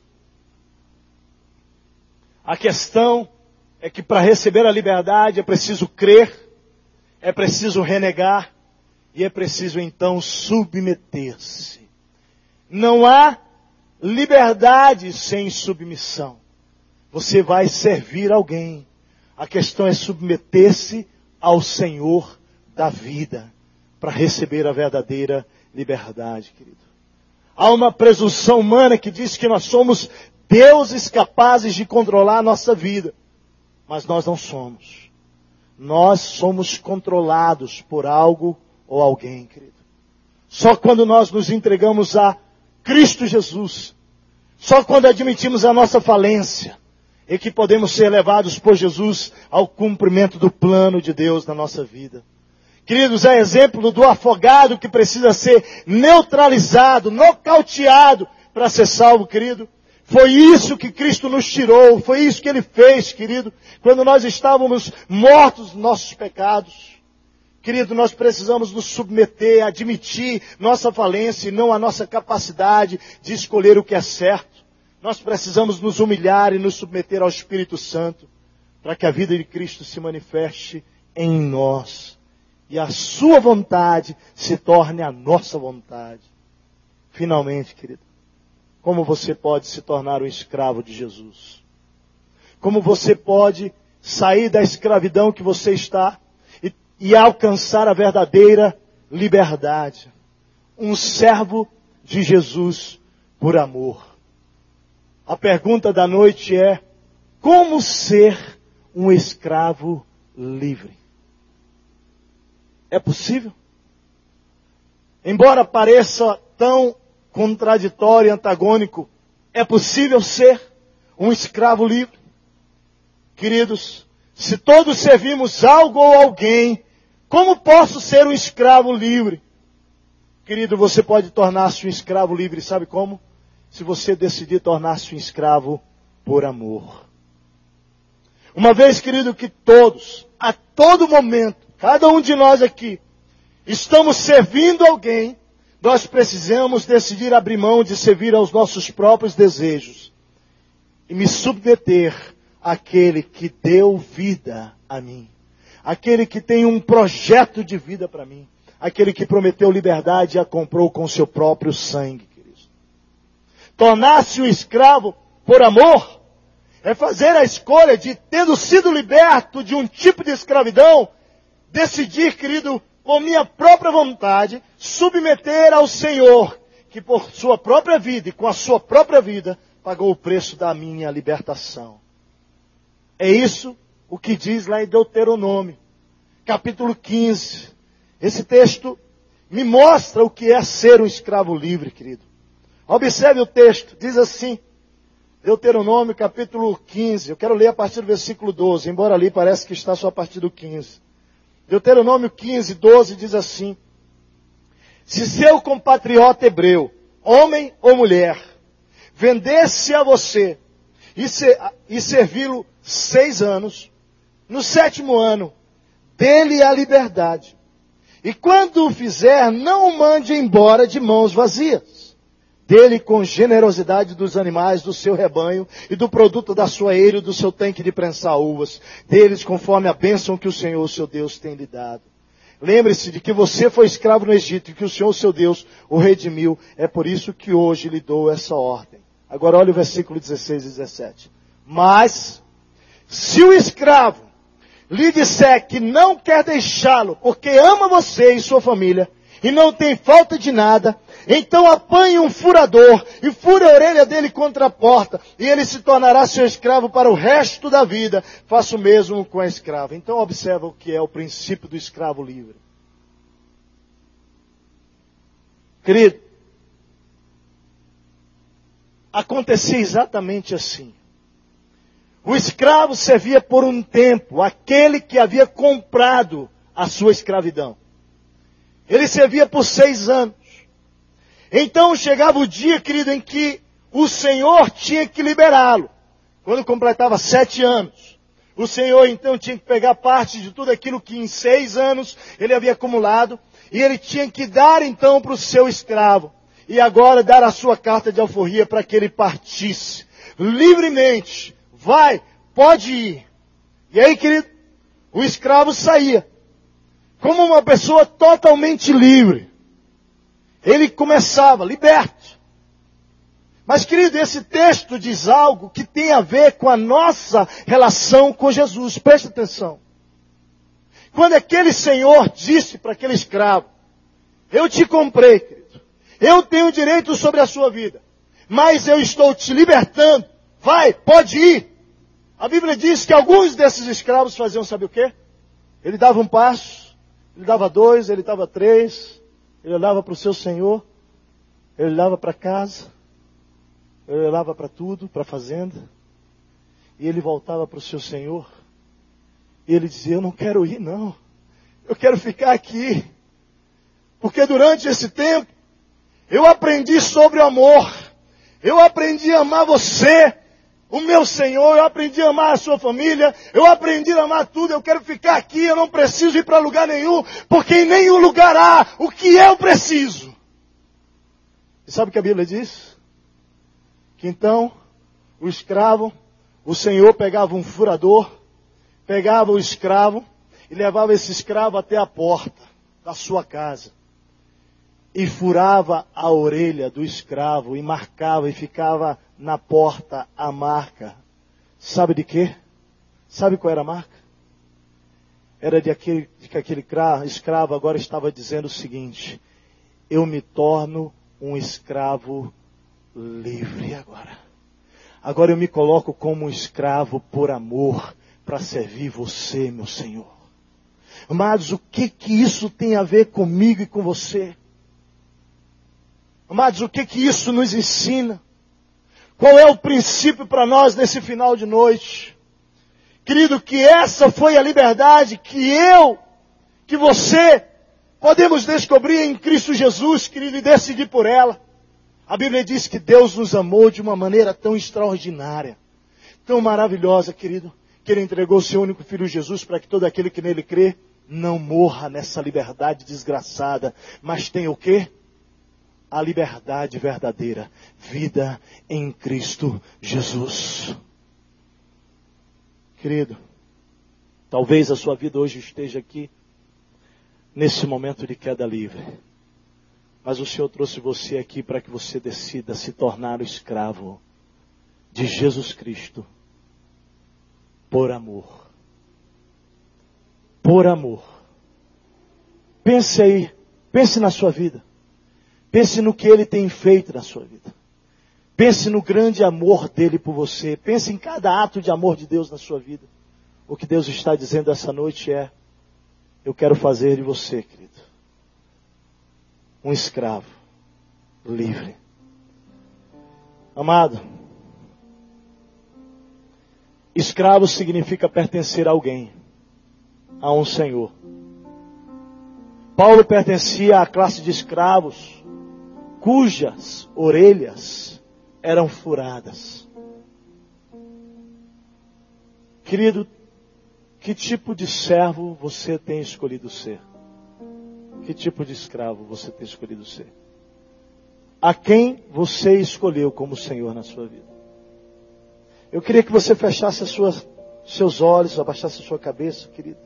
a questão é que para receber a liberdade é preciso crer, é preciso renegar e é preciso então submeter-se. Não há liberdade sem submissão. Você vai servir alguém. A questão é submeter-se ao Senhor da vida para receber a verdadeira liberdade, querido. Há uma presunção humana que diz que nós somos deuses capazes de controlar a nossa vida. Mas nós não somos. Nós somos controlados por algo ou alguém, querido. Só quando nós nos entregamos a Cristo Jesus, só quando admitimos a nossa falência, é que podemos ser levados por Jesus ao cumprimento do plano de Deus na nossa vida. Queridos, é exemplo do afogado que precisa ser neutralizado, nocauteado para ser salvo, querido. Foi isso que Cristo nos tirou, foi isso que Ele fez, querido, quando nós estávamos mortos nos nossos pecados. Querido, nós precisamos nos submeter, admitir nossa falência e não a nossa capacidade de escolher o que é certo. nós precisamos nos humilhar e nos submeter ao Espírito Santo para que a vida de Cristo se manifeste em nós e a sua vontade se torne a nossa vontade. Finalmente, querido, como você pode se tornar um escravo de Jesus? Como você pode sair da escravidão que você está e alcançar a verdadeira liberdade? Um servo de Jesus por amor. A pergunta da noite é: como ser um escravo livre? É possível? Embora pareça tão contraditório e antagônico, é possível ser um escravo livre? Queridos, se todos servimos algo ou alguém, como posso ser um escravo livre? Querido, você pode tornar-se um escravo livre, sabe como? Se você decidir tornar-se um escravo por amor. Uma vez, querido, que todos, a todo momento, cada um de nós aqui, estamos servindo alguém, nós precisamos decidir abrir mão de servir aos nossos próprios desejos e me submeter àquele que deu vida a mim, aquele que tem um projeto de vida para mim, aquele que prometeu liberdade e a comprou com seu próprio sangue. Tornar-se um escravo por amor é fazer a escolha de, tendo sido liberto de um tipo de escravidão, decidir, querido, por minha própria vontade, submeter ao Senhor, que por sua própria vida e com a sua própria vida, pagou o preço da minha libertação. É isso o que diz lá em Deuteronômio, capítulo 15. Esse texto me mostra o que é ser um escravo livre, querido. Observe o texto, diz assim, Deuteronômio capítulo 15, eu quero ler a partir do versículo 12, embora ali parece que está só a partir do 15. Deuteronômio 15, 12 diz assim: se seu compatriota hebreu, homem ou mulher, vendesse a você e servi-lo 6 anos, no 7º ano, dê-lhe a liberdade. E quando o fizer, não o mande embora de mãos vazias. Dele com generosidade dos animais do seu rebanho e do produto da sua eira e do seu tanque de prensar uvas. Deles conforme a bênção que o Senhor, seu Deus, tem lhe dado. Lembre-se de que você foi escravo no Egito e que o Senhor, seu Deus, o redimiu. É por isso que hoje lhe dou essa ordem. Agora olha o versículo 16 e 17. Mas, se o escravo lhe disser que não quer deixá-lo porque ama você e sua família e não tem falta de nada, então apanhe um furador e fure a orelha dele contra a porta, e ele se tornará seu escravo para o resto da vida. Faça o mesmo com a escrava. Então observa o que é o princípio do escravo livre. Querido, acontecia exatamente assim. O escravo servia por um tempo aquele que havia comprado a sua escravidão. Ele servia por 6 anos. Então chegava o dia, querido, em que o Senhor tinha que liberá-lo. Quando completava 7 anos. O Senhor então tinha que pegar parte de tudo aquilo que em 6 anos ele havia acumulado. E ele tinha que dar então para o seu escravo. E agora dar a sua carta de alforria para que ele partisse. Livremente. Vai, pode ir. E aí, querido, o escravo saía. Como uma pessoa totalmente livre. Ele começava, liberto. Mas, querido, esse texto diz algo que tem a ver com a nossa relação com Jesus. Preste atenção. Quando aquele senhor disse para aquele escravo: eu te comprei, querido. Eu tenho direito sobre a sua vida. Mas eu estou te libertando. Vai, pode ir. A Bíblia diz que alguns desses escravos faziam, sabe o quê? Ele dava um passo, ele dava 2, ele dava 3... Ele olhava para o seu Senhor, ele olhava para casa, ele olhava para tudo, para a fazenda, e ele voltava para o seu Senhor, e ele dizia: eu não quero ir não, eu quero ficar aqui, porque durante esse tempo, eu aprendi sobre o amor, eu aprendi a amar você, o meu Senhor, eu aprendi a amar a sua família, eu aprendi a amar tudo, eu quero ficar aqui, eu não preciso ir para lugar nenhum, porque em nenhum lugar há o que eu preciso. E sabe o que a Bíblia diz? Que então o escravo, o senhor pegava um furador, pegava o escravo e levava esse escravo até a porta da sua casa. E furava a orelha do escravo e marcava e ficava na porta a marca. Sabe de quê? Sabe qual era a marca? Era de que aquele escravo agora estava dizendo o seguinte: eu me torno um escravo livre agora. Agora eu me coloco como um escravo por amor, para servir você, meu Senhor. Amados, o que isso tem a ver comigo e com você? Amados, o que isso nos ensina? Qual é o princípio para nós nesse final de noite? Querido, que essa foi a liberdade que você, podemos descobrir em Cristo Jesus, querido, e decidir por ela. A Bíblia diz que Deus nos amou de uma maneira tão extraordinária, tão maravilhosa, querido, que Ele entregou o seu único Filho Jesus para que todo aquele que nele crê não morra nessa liberdade desgraçada, mas tenha o quê? A liberdade verdadeira, vida em Cristo Jesus. Querido, talvez a sua vida hoje esteja aqui, nesse momento de queda livre. Mas o Senhor trouxe você aqui para que você decida se tornar o escravo de Jesus Cristo. Por amor. Por amor. Pense aí, pense na sua vida. Pense no que Ele tem feito na sua vida. Pense no grande amor dEle por você. Pense em cada ato de amor de Deus na sua vida. O que Deus está dizendo essa noite é: eu quero fazer de você, querido, um escravo livre. Amado, escravo significa pertencer a alguém, a um senhor. Paulo pertencia à classe de escravos cujas orelhas eram furadas. Querido, que tipo de servo você tem escolhido ser? Que tipo de escravo você tem escolhido ser? A quem você escolheu como Senhor na sua vida? Eu queria que você fechasse seus olhos, abaixasse a sua cabeça, querido.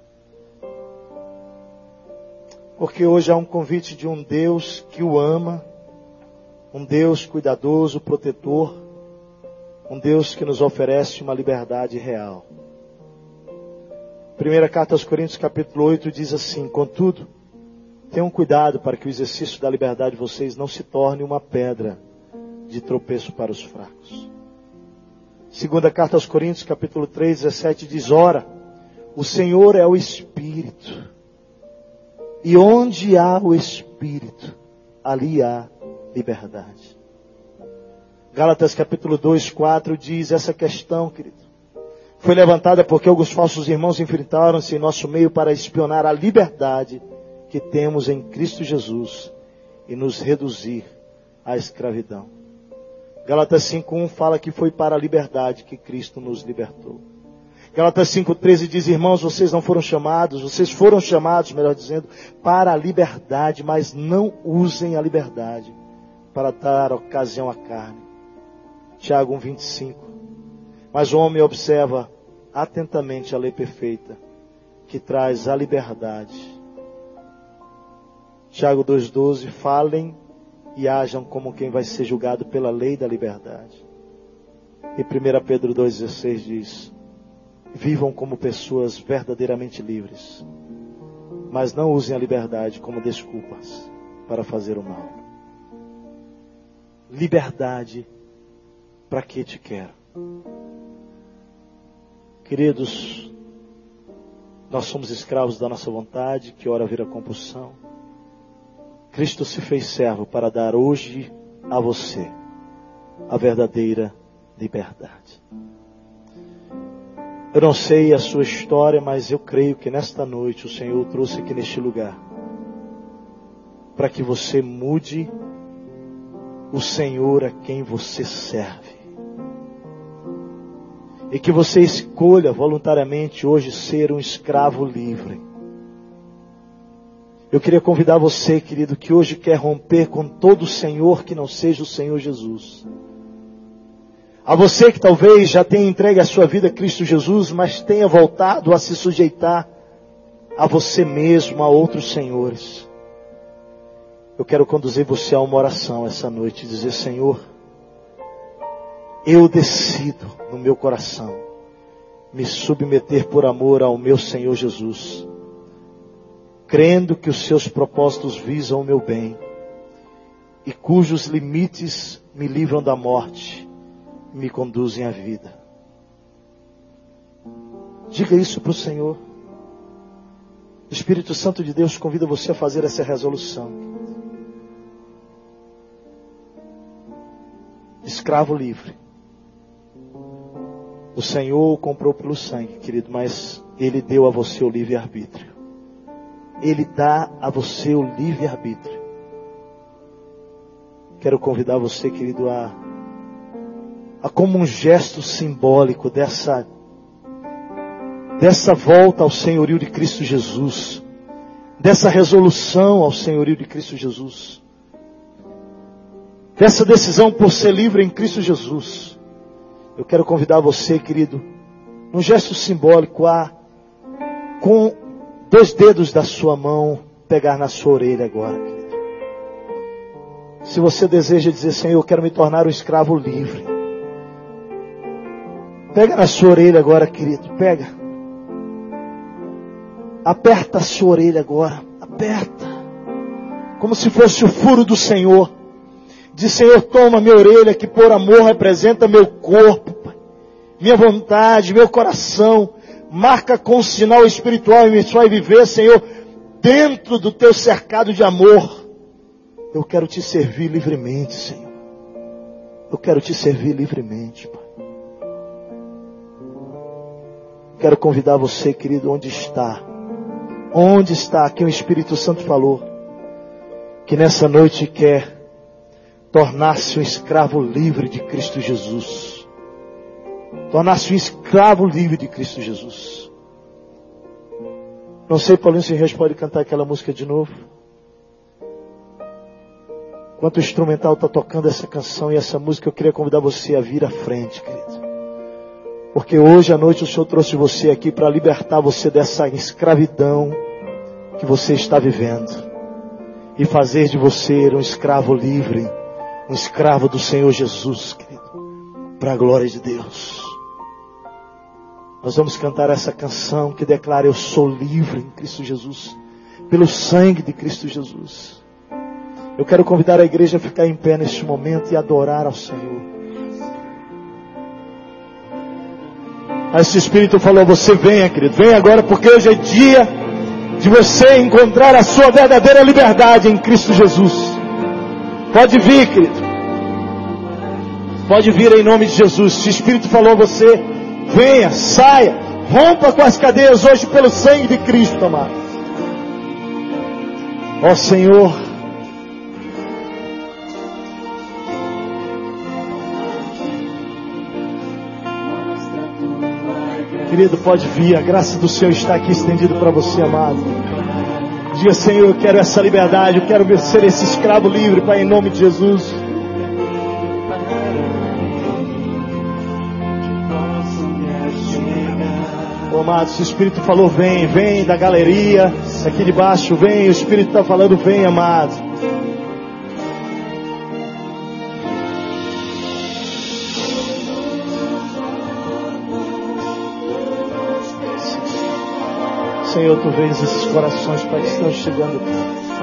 Porque hoje há um convite de um Deus que o ama, um Deus cuidadoso, protetor, um Deus que nos oferece uma liberdade real. Primeira carta aos Coríntios, capítulo 8, diz assim: contudo, tenham cuidado para que o exercício da liberdade de vocês não se torne uma pedra de tropeço para os fracos. Segunda carta aos Coríntios, capítulo 3, 17, diz: ora, o Senhor é o Espírito. E onde há o Espírito, ali há liberdade. Gálatas capítulo 2, 4 diz essa questão, querido. Foi levantada porque alguns falsos irmãos enfrentaram-se em nosso meio para espionar a liberdade que temos em Cristo Jesus e nos reduzir à escravidão. Gálatas 5:1 fala que foi para a liberdade que Cristo nos libertou. Gálatas 5:13 diz: irmãos, vocês foram chamados, melhor dizendo, para a liberdade, mas não usem a liberdade para dar ocasião à carne. Tiago 1:25. Mas o homem observa atentamente a lei perfeita, que traz a liberdade. Tiago 2:12, falem e hajam como quem vai ser julgado pela lei da liberdade. E 1 Pedro 2:16 diz: vivam como pessoas verdadeiramente livres, mas não usem a liberdade como desculpas para fazer o mal. Liberdade, para que te quero? Queridos, nós somos escravos da nossa vontade, que ora vira compulsão. Cristo se fez servo para dar hoje a você a verdadeira liberdade. Eu não sei a sua história, mas eu creio que nesta noite o Senhor o trouxe aqui neste lugar para que você mude o Senhor a quem você serve. E que você escolha voluntariamente hoje ser um escravo livre. Eu queria convidar você, querido, que hoje quer romper com todo o Senhor que não seja o Senhor Jesus, A você que talvez já tenha entregue a sua vida a Cristo Jesus, mas tenha voltado a se sujeitar a você mesmo, a outros senhores. Eu quero conduzir você a uma oração essa noite e dizer: Senhor, eu decido no meu coração me submeter por amor ao meu Senhor Jesus, crendo que os seus propósitos visam o meu bem e cujos limites me livram da morte e me conduzem à vida. Diga isso para o Senhor. O Espírito Santo de Deus convida você a fazer essa resolução. Escravo livre. O Senhor o comprou pelo sangue, querido, mas Ele deu a você o livre-arbítrio. Ele dá a você o livre-arbítrio. Quero convidar você, querido, a como um gesto simbólico dessa volta ao senhorio de Cristo Jesus, dessa resolução ao senhorio de Cristo Jesus, dessa decisão por ser livre em Cristo Jesus. Eu quero convidar você, querido, num gesto simbólico, a com 2 dedos da sua mão pegar na sua orelha agora, querido. Se você deseja dizer: Senhor, eu quero me tornar um escravo livre, pega na sua orelha agora, querido, pega. Aperta a sua orelha agora, aperta, como se fosse o furo do Senhor. Diz: Senhor, toma minha orelha, que por amor representa meu corpo, Pai, minha vontade, meu coração. Marca com sinal espiritual e me faz viver, Senhor, dentro do teu cercado de amor. Eu quero te servir livremente, Senhor. Eu quero te servir livremente, Pai. Quero convidar você, querido, onde está, que o Espírito Santo falou, que nessa noite quer tornar-se um escravo livre de Cristo Jesus. Tornar-se um escravo livre de Cristo Jesus. Não sei, Paulinho, se Reis pode cantar aquela música de novo. Enquanto o instrumental está tocando essa canção e essa música, eu queria convidar você a vir à frente, querido. Porque hoje à noite o Senhor trouxe você aqui para libertar você dessa escravidão que você está vivendo. E fazer de você um escravo livre, um escravo do Senhor Jesus, querido. Para a glória de Deus. Nós vamos cantar essa canção que declara: eu sou livre em Cristo Jesus, pelo sangue de Cristo Jesus. Eu quero convidar a igreja a ficar em pé neste momento e adorar ao Senhor. Esse Espírito falou: você venha, querido, venha agora, porque hoje é dia de você encontrar a sua verdadeira liberdade em Cristo Jesus. Pode vir, querido. Pode vir em nome de Jesus. Se o Espírito falou a você, venha, saia, rompa com as cadeias hoje pelo sangue de Cristo, amado. Ó Senhor, querido, pode vir, a graça do Senhor está aqui estendida para você, amado. Diga: Senhor, eu quero essa liberdade, eu quero ser esse escravo livre, Pai, em nome de Jesus. Oh, amado, se o Espírito falou, vem, vem da galeria, aqui de baixo, vem, o Espírito está falando, vem, amado. Senhor, Tu vês esses corações, Pai, que estão chegando aqui.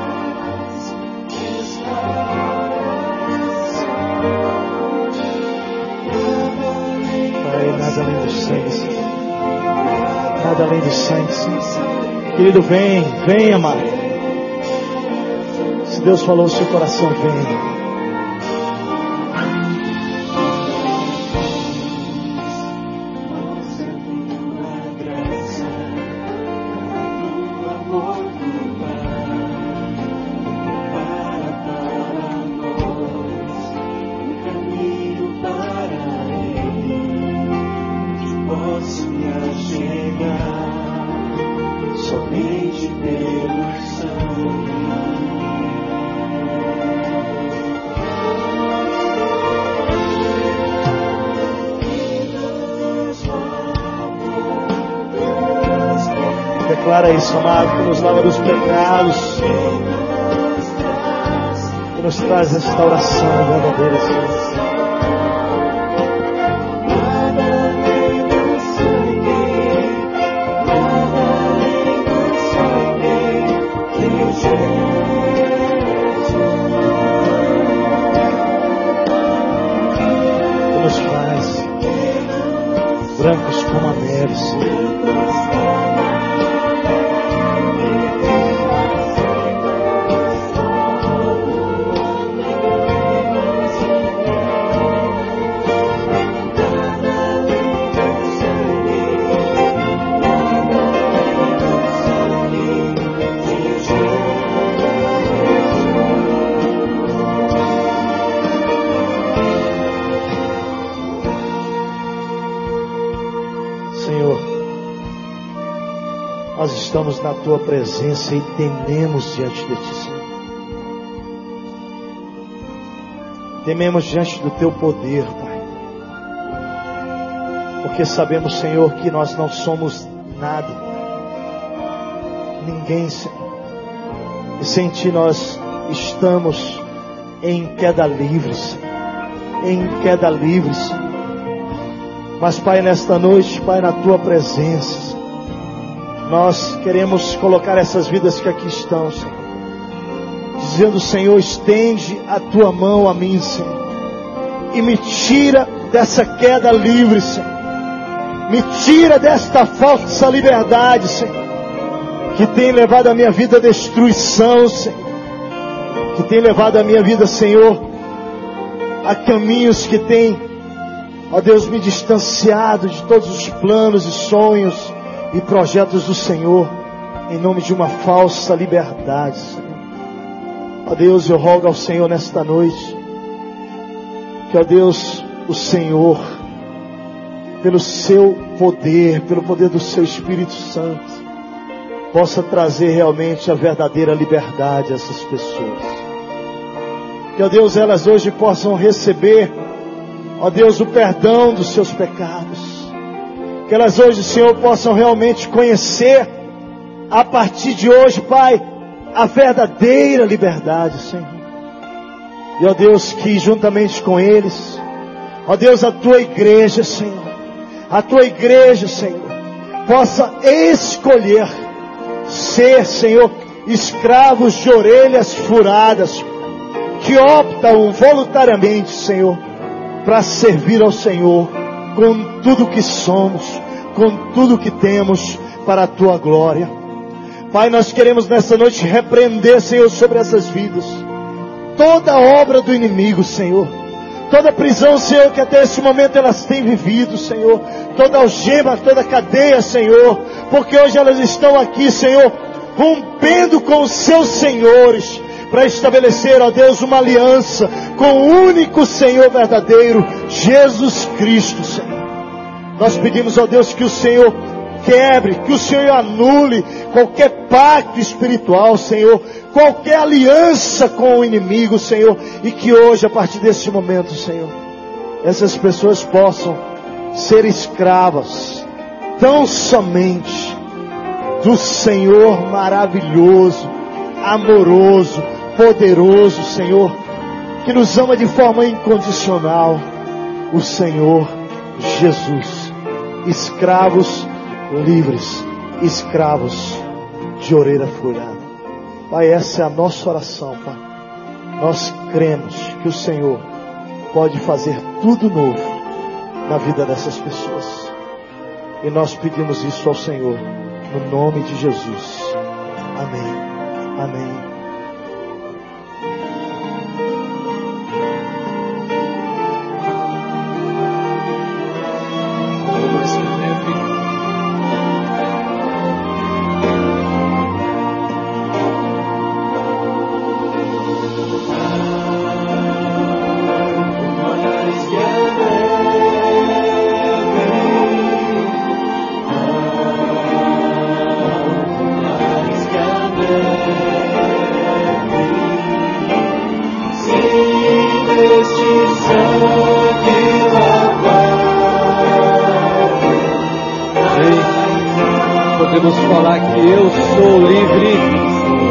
Pai, nada além do sangue, Senhor. Nada além do sangue, Senhor. Querido, vem, vem, amado. Se Deus falou no seu coração, vem. declara isso, amado, que nos lava dos pecados, que nos traz restauração verdadeira, Senhor. Brancos como a neve, Senhor. Nós estamos na Tua presença e tememos diante de Ti, Senhor. Tememos diante do Teu poder, Pai. Porque sabemos, Senhor, que nós não somos nada. Ninguém, Senhor. E sem Ti nós estamos em queda livre, Senhor. Em queda livre, Senhor. Mas, Pai, nesta noite, Pai, na Tua presença, Senhor, nós queremos colocar essas vidas que aqui estão, Senhor, dizendo: Senhor, estende a Tua mão a mim, Senhor, e me tira dessa queda livre, Senhor. Me tira desta falsa liberdade, Senhor, que tem levado a minha vida à destruição, Senhor, que tem levado a minha vida, Senhor, a caminhos que tem, ó Deus, me distanciado de todos os planos e sonhos e projetos do Senhor, em nome de uma falsa liberdade, Senhor. Ó Deus, eu rogo ao Senhor nesta noite, que, ó Deus, o Senhor, pelo seu poder, pelo poder do seu Espírito Santo, possa trazer realmente a verdadeira liberdade a essas pessoas. Que, ó Deus, elas hoje possam receber, ó Deus, o perdão dos seus pecados. Que elas hoje, Senhor, possam realmente conhecer, a partir de hoje, Pai, a verdadeira liberdade, Senhor. E, ó Deus, que juntamente com eles, ó Deus, a Tua igreja, Senhor, a Tua igreja, Senhor, possa escolher ser, Senhor, escravos de orelhas furadas, que optam voluntariamente, Senhor, para servir ao Senhor, com tudo que somos, com tudo que temos, para a Tua glória. Pai, nós queremos nessa noite repreender, Senhor, sobre essas vidas, toda obra do inimigo, Senhor, toda prisão, Senhor, que até esse momento elas têm vivido, Senhor, toda algema, toda cadeia, Senhor, porque hoje elas estão aqui, Senhor, rompendo com os seus senhores, para estabelecer, ó Deus, uma aliança com o único Senhor verdadeiro, Jesus Cristo, Senhor. Nós pedimos, ó Deus, que o Senhor quebre, que o Senhor anule qualquer pacto espiritual, Senhor, qualquer aliança com o inimigo, Senhor, e que hoje, a partir desse momento, Senhor, essas pessoas possam ser escravas, tão somente do Senhor maravilhoso, amoroso, poderoso, Senhor, que nos ama de forma incondicional, o Senhor Jesus. Escravos livres, escravos de orelha furada. Pai, essa é a nossa oração, Pai. Nós cremos que o Senhor pode fazer tudo novo na vida dessas pessoas. E nós pedimos isso ao Senhor, no nome de Jesus. Amém. Amém. Podemos falar que Eu sou livre.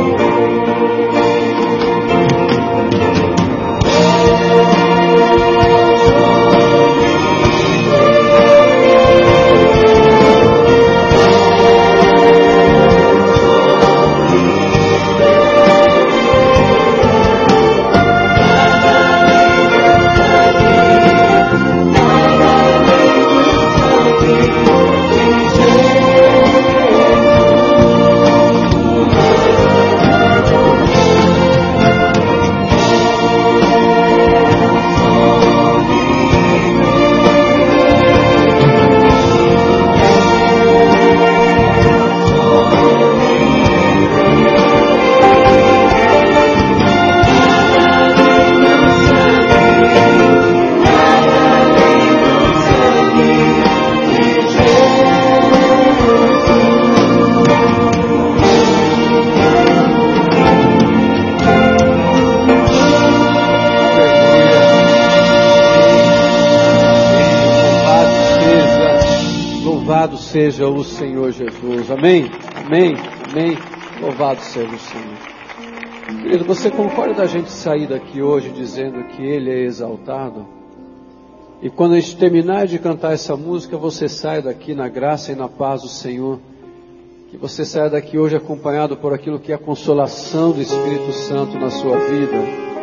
Seja o Senhor Jesus. Amém? Amém? Amém? Louvado seja o Senhor. Querido, você concorda da gente sair daqui hoje dizendo que Ele é exaltado? E quando a gente terminar de cantar essa música, você sai daqui na graça e na paz do Senhor. Que você saia daqui hoje acompanhado por aquilo que é a consolação do Espírito Santo na sua vida.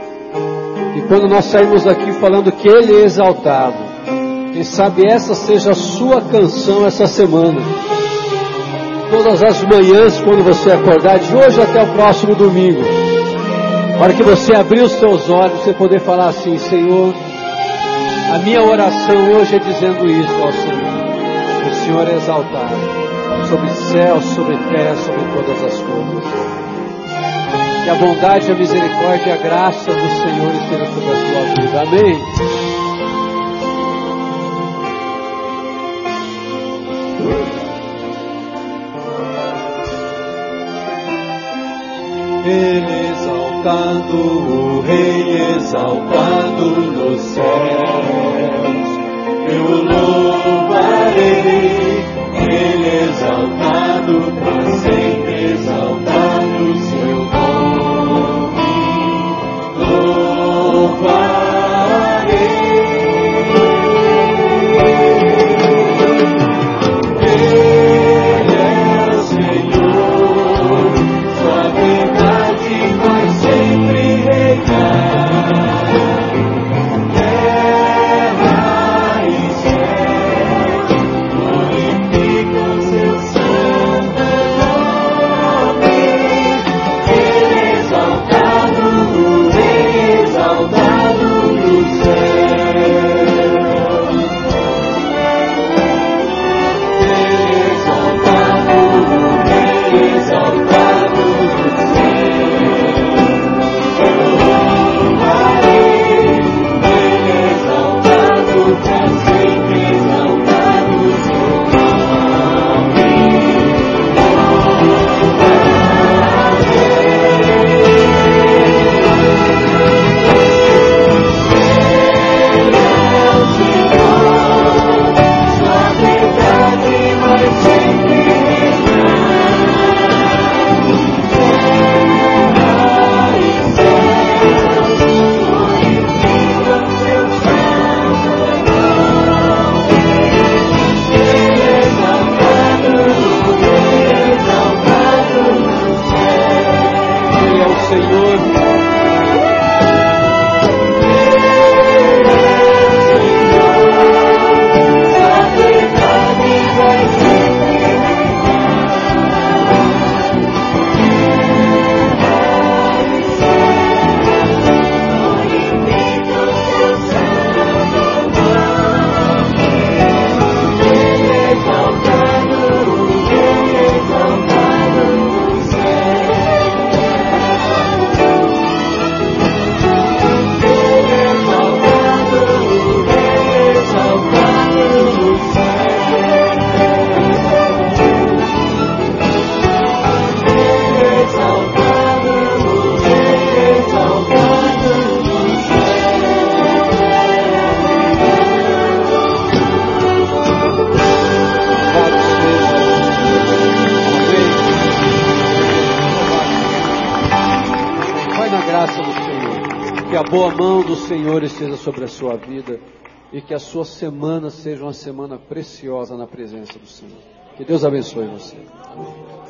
E quando nós saímos daqui falando que Ele é exaltado, quem sabe essa seja a sua canção essa semana. Todas as manhãs, quando você acordar, de hoje até o próximo domingo, na hora que você abrir os seus olhos, você poder falar assim: Senhor, a minha oração hoje é dizendo isso ao Senhor. O Senhor é exaltado sobre céu, sobre terra, sobre todas as coisas. Que a bondade, a misericórdia e a graça do Senhor esteja sobre a sua vida. Amém? Ele exaltado, o Rei exaltado nos céus, eu o louvarei. Ele exaltado, para sempre exaltado seu nome, louvarei. boa mão do Senhor esteja sobre a sua vida e que a sua semana seja uma semana preciosa na presença do Senhor. Que Deus abençoe você. Amém.